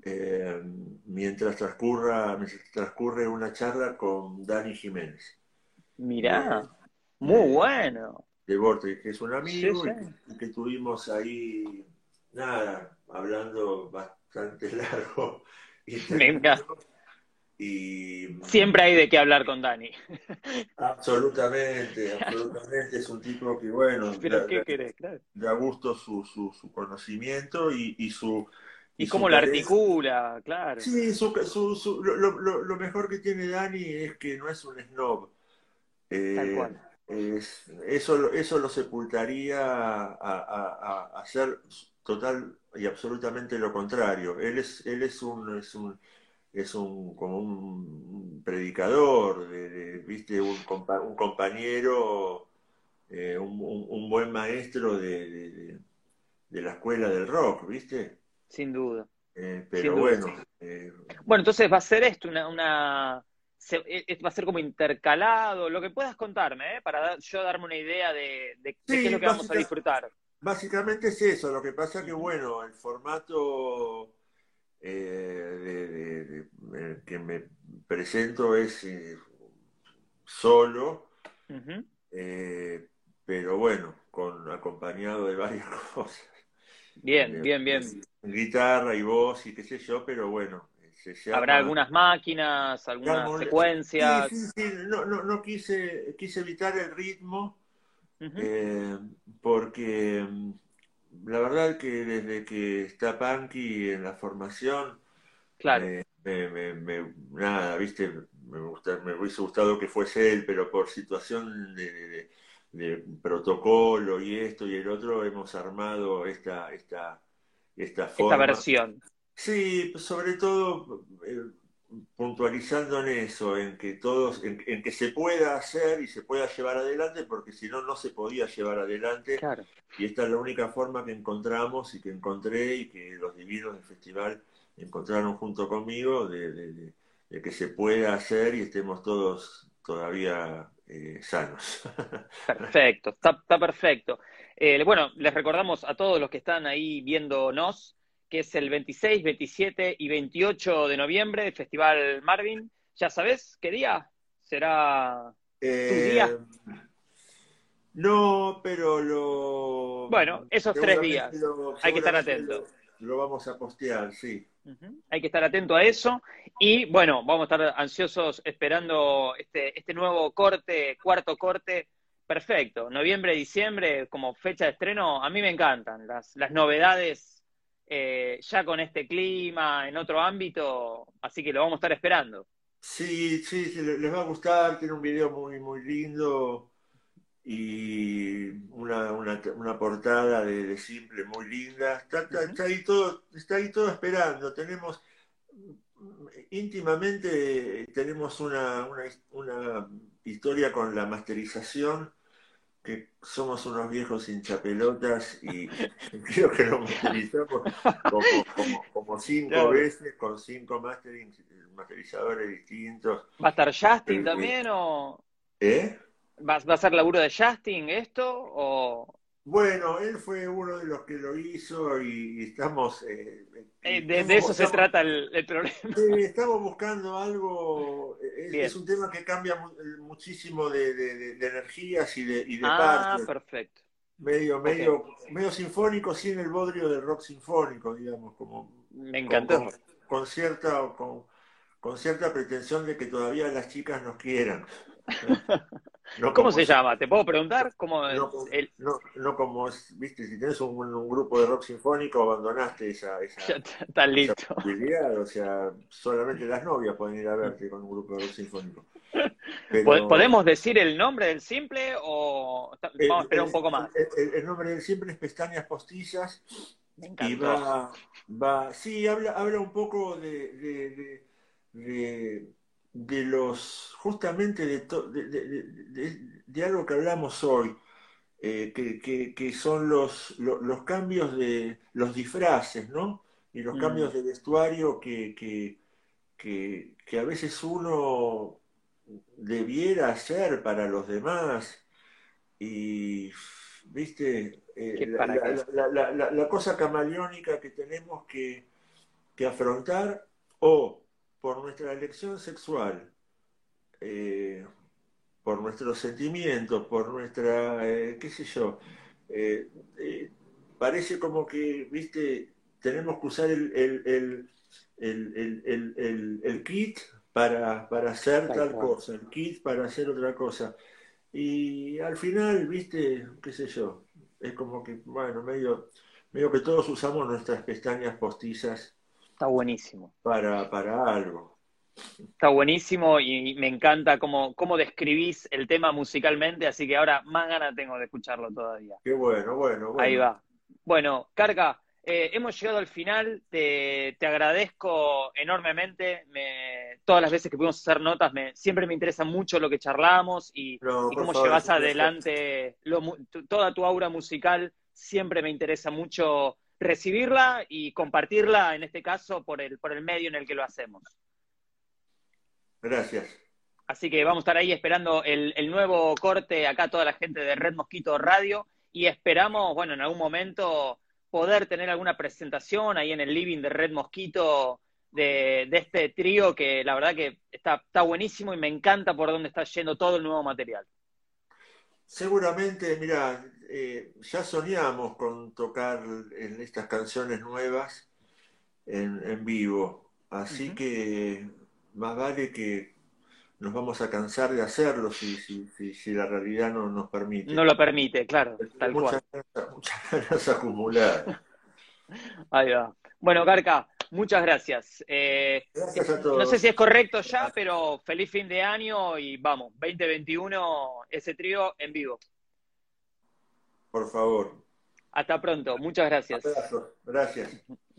mientras transcurre una charla con Dani Jiménez Mirá, de, muy de, bueno. de Vortex, que es un Sí, amigo sí. y que tuvimos ahí, nada, hablando bastante largo y Me encanta. tendido, y Siempre hay de qué hablar con Dani. absolutamente, absolutamente es un tipo que, bueno, Pero ¿qué querés? Claro. da gusto su conocimiento y ¿Y su cómo lo carencia. articula? Claro, Sí, lo mejor que tiene Dani es que no es un snob. tal Eh, cual. eso lo sepultaría a hacer total y absolutamente lo contrario. Él es como un predicador, ¿viste? Un compañero, un buen maestro de la escuela del rock, ¿viste? Sin duda, sin Pero duda. bueno, Bueno, entonces va a ser esto, va a ser como intercalado, lo que puedas contarme, para yo darme una idea de qué es sí, lo que vamos a disfrutar. básicamente es eso. Lo que pasa que, Ujú, bueno, el formato que me presento es solo, ujú. eh, pero bueno, acompañado de varias cosas. Bien, Eh, bien, bien. guitarra y voz y qué sé yo, pero bueno, se Habrá llama algunas máquinas, algunas Diamond. Sí, sí, secuencias. sí, no quise evitar el ritmo, Ujú. eh, porque la verdad que desde que está Punky en la formación, Claro, nada, viste, me hubiese gustado que fuese él, pero por situación de protocolo y esto y el otro, hemos armado esta esta forma. versión. Sí, sobre todo puntualizando en eso, en que se pueda hacer y se pueda llevar adelante, porque si no, no se podía llevar adelante. Claro. Y esta es la única forma que encontramos y que encontré y que los divinos del festival encontraron junto conmigo de que se pueda hacer y estemos todos todavía sanos. Perfecto, está perfecto. Bueno, les recordamos a todos los que están ahí viéndonos que es el 26, 27 y 28 de noviembre, el Festival Marvin. ¿Ya sabes qué día será tu Eh, día? no, pero Bueno, esos 3 días. Hay que estar seguramente atento. lo vamos a postear, sí. Ujú. Hay que estar atento a eso. Y bueno, vamos a estar ansiosos esperando este nuevo corte, cuarto corte. Perfecto. Noviembre, diciembre, como fecha de estreno, a mí me encantan las novedades ya con este clima, en otro ámbito, así que lo vamos a estar esperando. Sí, sí, sí, les va a gustar, tiene un video muy, muy lindo y una portada de simple muy linda. Ujú. Está ahí todo esperando. Íntimamente tenemos una historia con la masterización, que somos unos viejos hinchapelotas y creo que lo masterizamos como cinco Claro. veces con 5 masterizadores distintos. ¿Va a estar Justin Eh, también o ¿Eh? va a ser laburo de Justin esto? O Bueno, él fue uno de los que lo hizo y estamos, de eso se trata el problema. estamos buscando algo. Es Bien. un tema que cambia muchísimo de energías y de Ah, partes. perfecto. Medio, Ok. medio, medio sinfónico, sin el bodrio del rock sinfónico, digamos, como Me con, encantó. con, con cierta, con cierta pretensión de que todavía las chicas nos quieran. No ¿Cómo como se es, llama? ¿Te puedo preguntar? ¿Cómo no, no como es, viste, si tenés un grupo de rock sinfónico, abandonaste ya está esa listo? posibilidad, o sea, solamente las novias pueden ir a verte con un grupo de rock sinfónico. Pero ¿Podemos decir el nombre del simple o vamos a el, esperar un el- poco más? el nombre del siempre es Pestañas Postizas. Me Y encantó. sí, habla un poco de, justamente de algo que hablamos hoy, que son los cambios de los disfraces, ¿no? Y los Mm, cambios de vestuario que a veces uno debiera hacer para los demás. Y, viste, ¿qué para qué? la cosa camaleónica que tenemos que afrontar o por nuestra elección sexual, eh, por nuestros sentimientos, por nuestra, qué sé yo, eh, eh, parece como que, viste, tenemos que usar el kit para hacer Tal tal cual. cosa, el kit para hacer otra cosa. Y al final, viste, qué sé yo, es como que, bueno, medio que todos usamos nuestras pestañas postizas Está buenísimo. para algo. Está buenísimo y me encanta cómo describís el tema musicalmente, así que ahora más ganas tengo de escucharlo todavía. Qué bueno, bueno, Ahí bueno. va. Bueno, Carca, hemos llegado al final, te agradezco enormemente, todas las veces que pudimos hacer notas, siempre me interesa mucho lo que charlamos No, y por cómo favor, es llevas un placer. adelante toda tu aura musical, siempre me interesa mucho recibirla y compartirla, en este caso, por el medio en el que lo hacemos. Gracias. Así que vamos a estar ahí esperando el nuevo corte, acá toda la gente de Red Mosquito Radio, y esperamos, bueno, en algún momento poder tener alguna presentación ahí en el living de Red Mosquito de este trío que la verdad que está buenísimo y me encanta por dónde está yendo todo el nuevo material. Seguramente, mira, ya soñamos con tocar en estas canciones nuevas en vivo, así Ujú. que más vale que nos vamos a cansar de hacerlo si la realidad no nos No permite. lo permite, claro, Tengo tal cual. muchas ganas acumuladas. Ahí va. Bueno, Carca, muchas gracias. Gracias a No sé todos. si es correcto ya, pero feliz fin de año y vamos, 2021, ese trío en vivo. Por favor. Hasta pronto, muchas gracias. Abrazo. Gracias.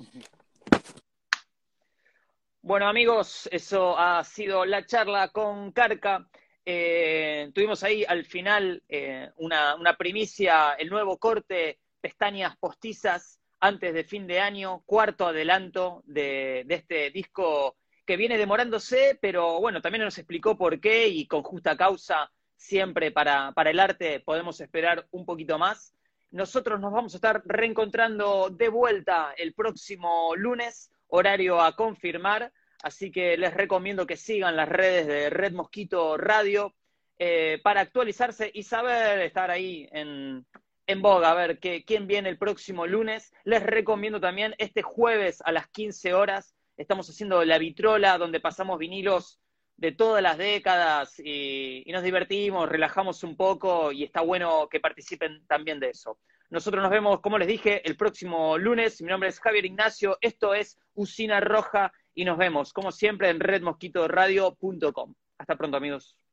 Bueno, amigos, eso ha sido la charla con Carca. Tuvimos ahí al final una primicia, el nuevo corte, pestañas postizas antes de fin de año, cuarto adelanto de este disco que viene demorándose, pero bueno, también nos explicó por qué y con justa causa, siempre para el arte podemos esperar un poquito más. Nosotros nos vamos a estar reencontrando de vuelta el próximo lunes, horario a confirmar. Así que les recomiendo que sigan las redes de Red Mosquito Radio para actualizarse y saber estar ahí en boga, a ver quién viene el próximo lunes. Les recomiendo también este jueves a las 15 horas. Estamos haciendo La Vitrola, donde pasamos vinilos de todas las décadas y nos divertimos, relajamos un poco y está bueno que participen también de eso. Nosotros nos vemos, como les dije, el próximo lunes. Mi nombre es Javier Ignacio, esto es Usina Roja y nos vemos, como siempre, en redmosquitoradio.com. Hasta pronto, amigos.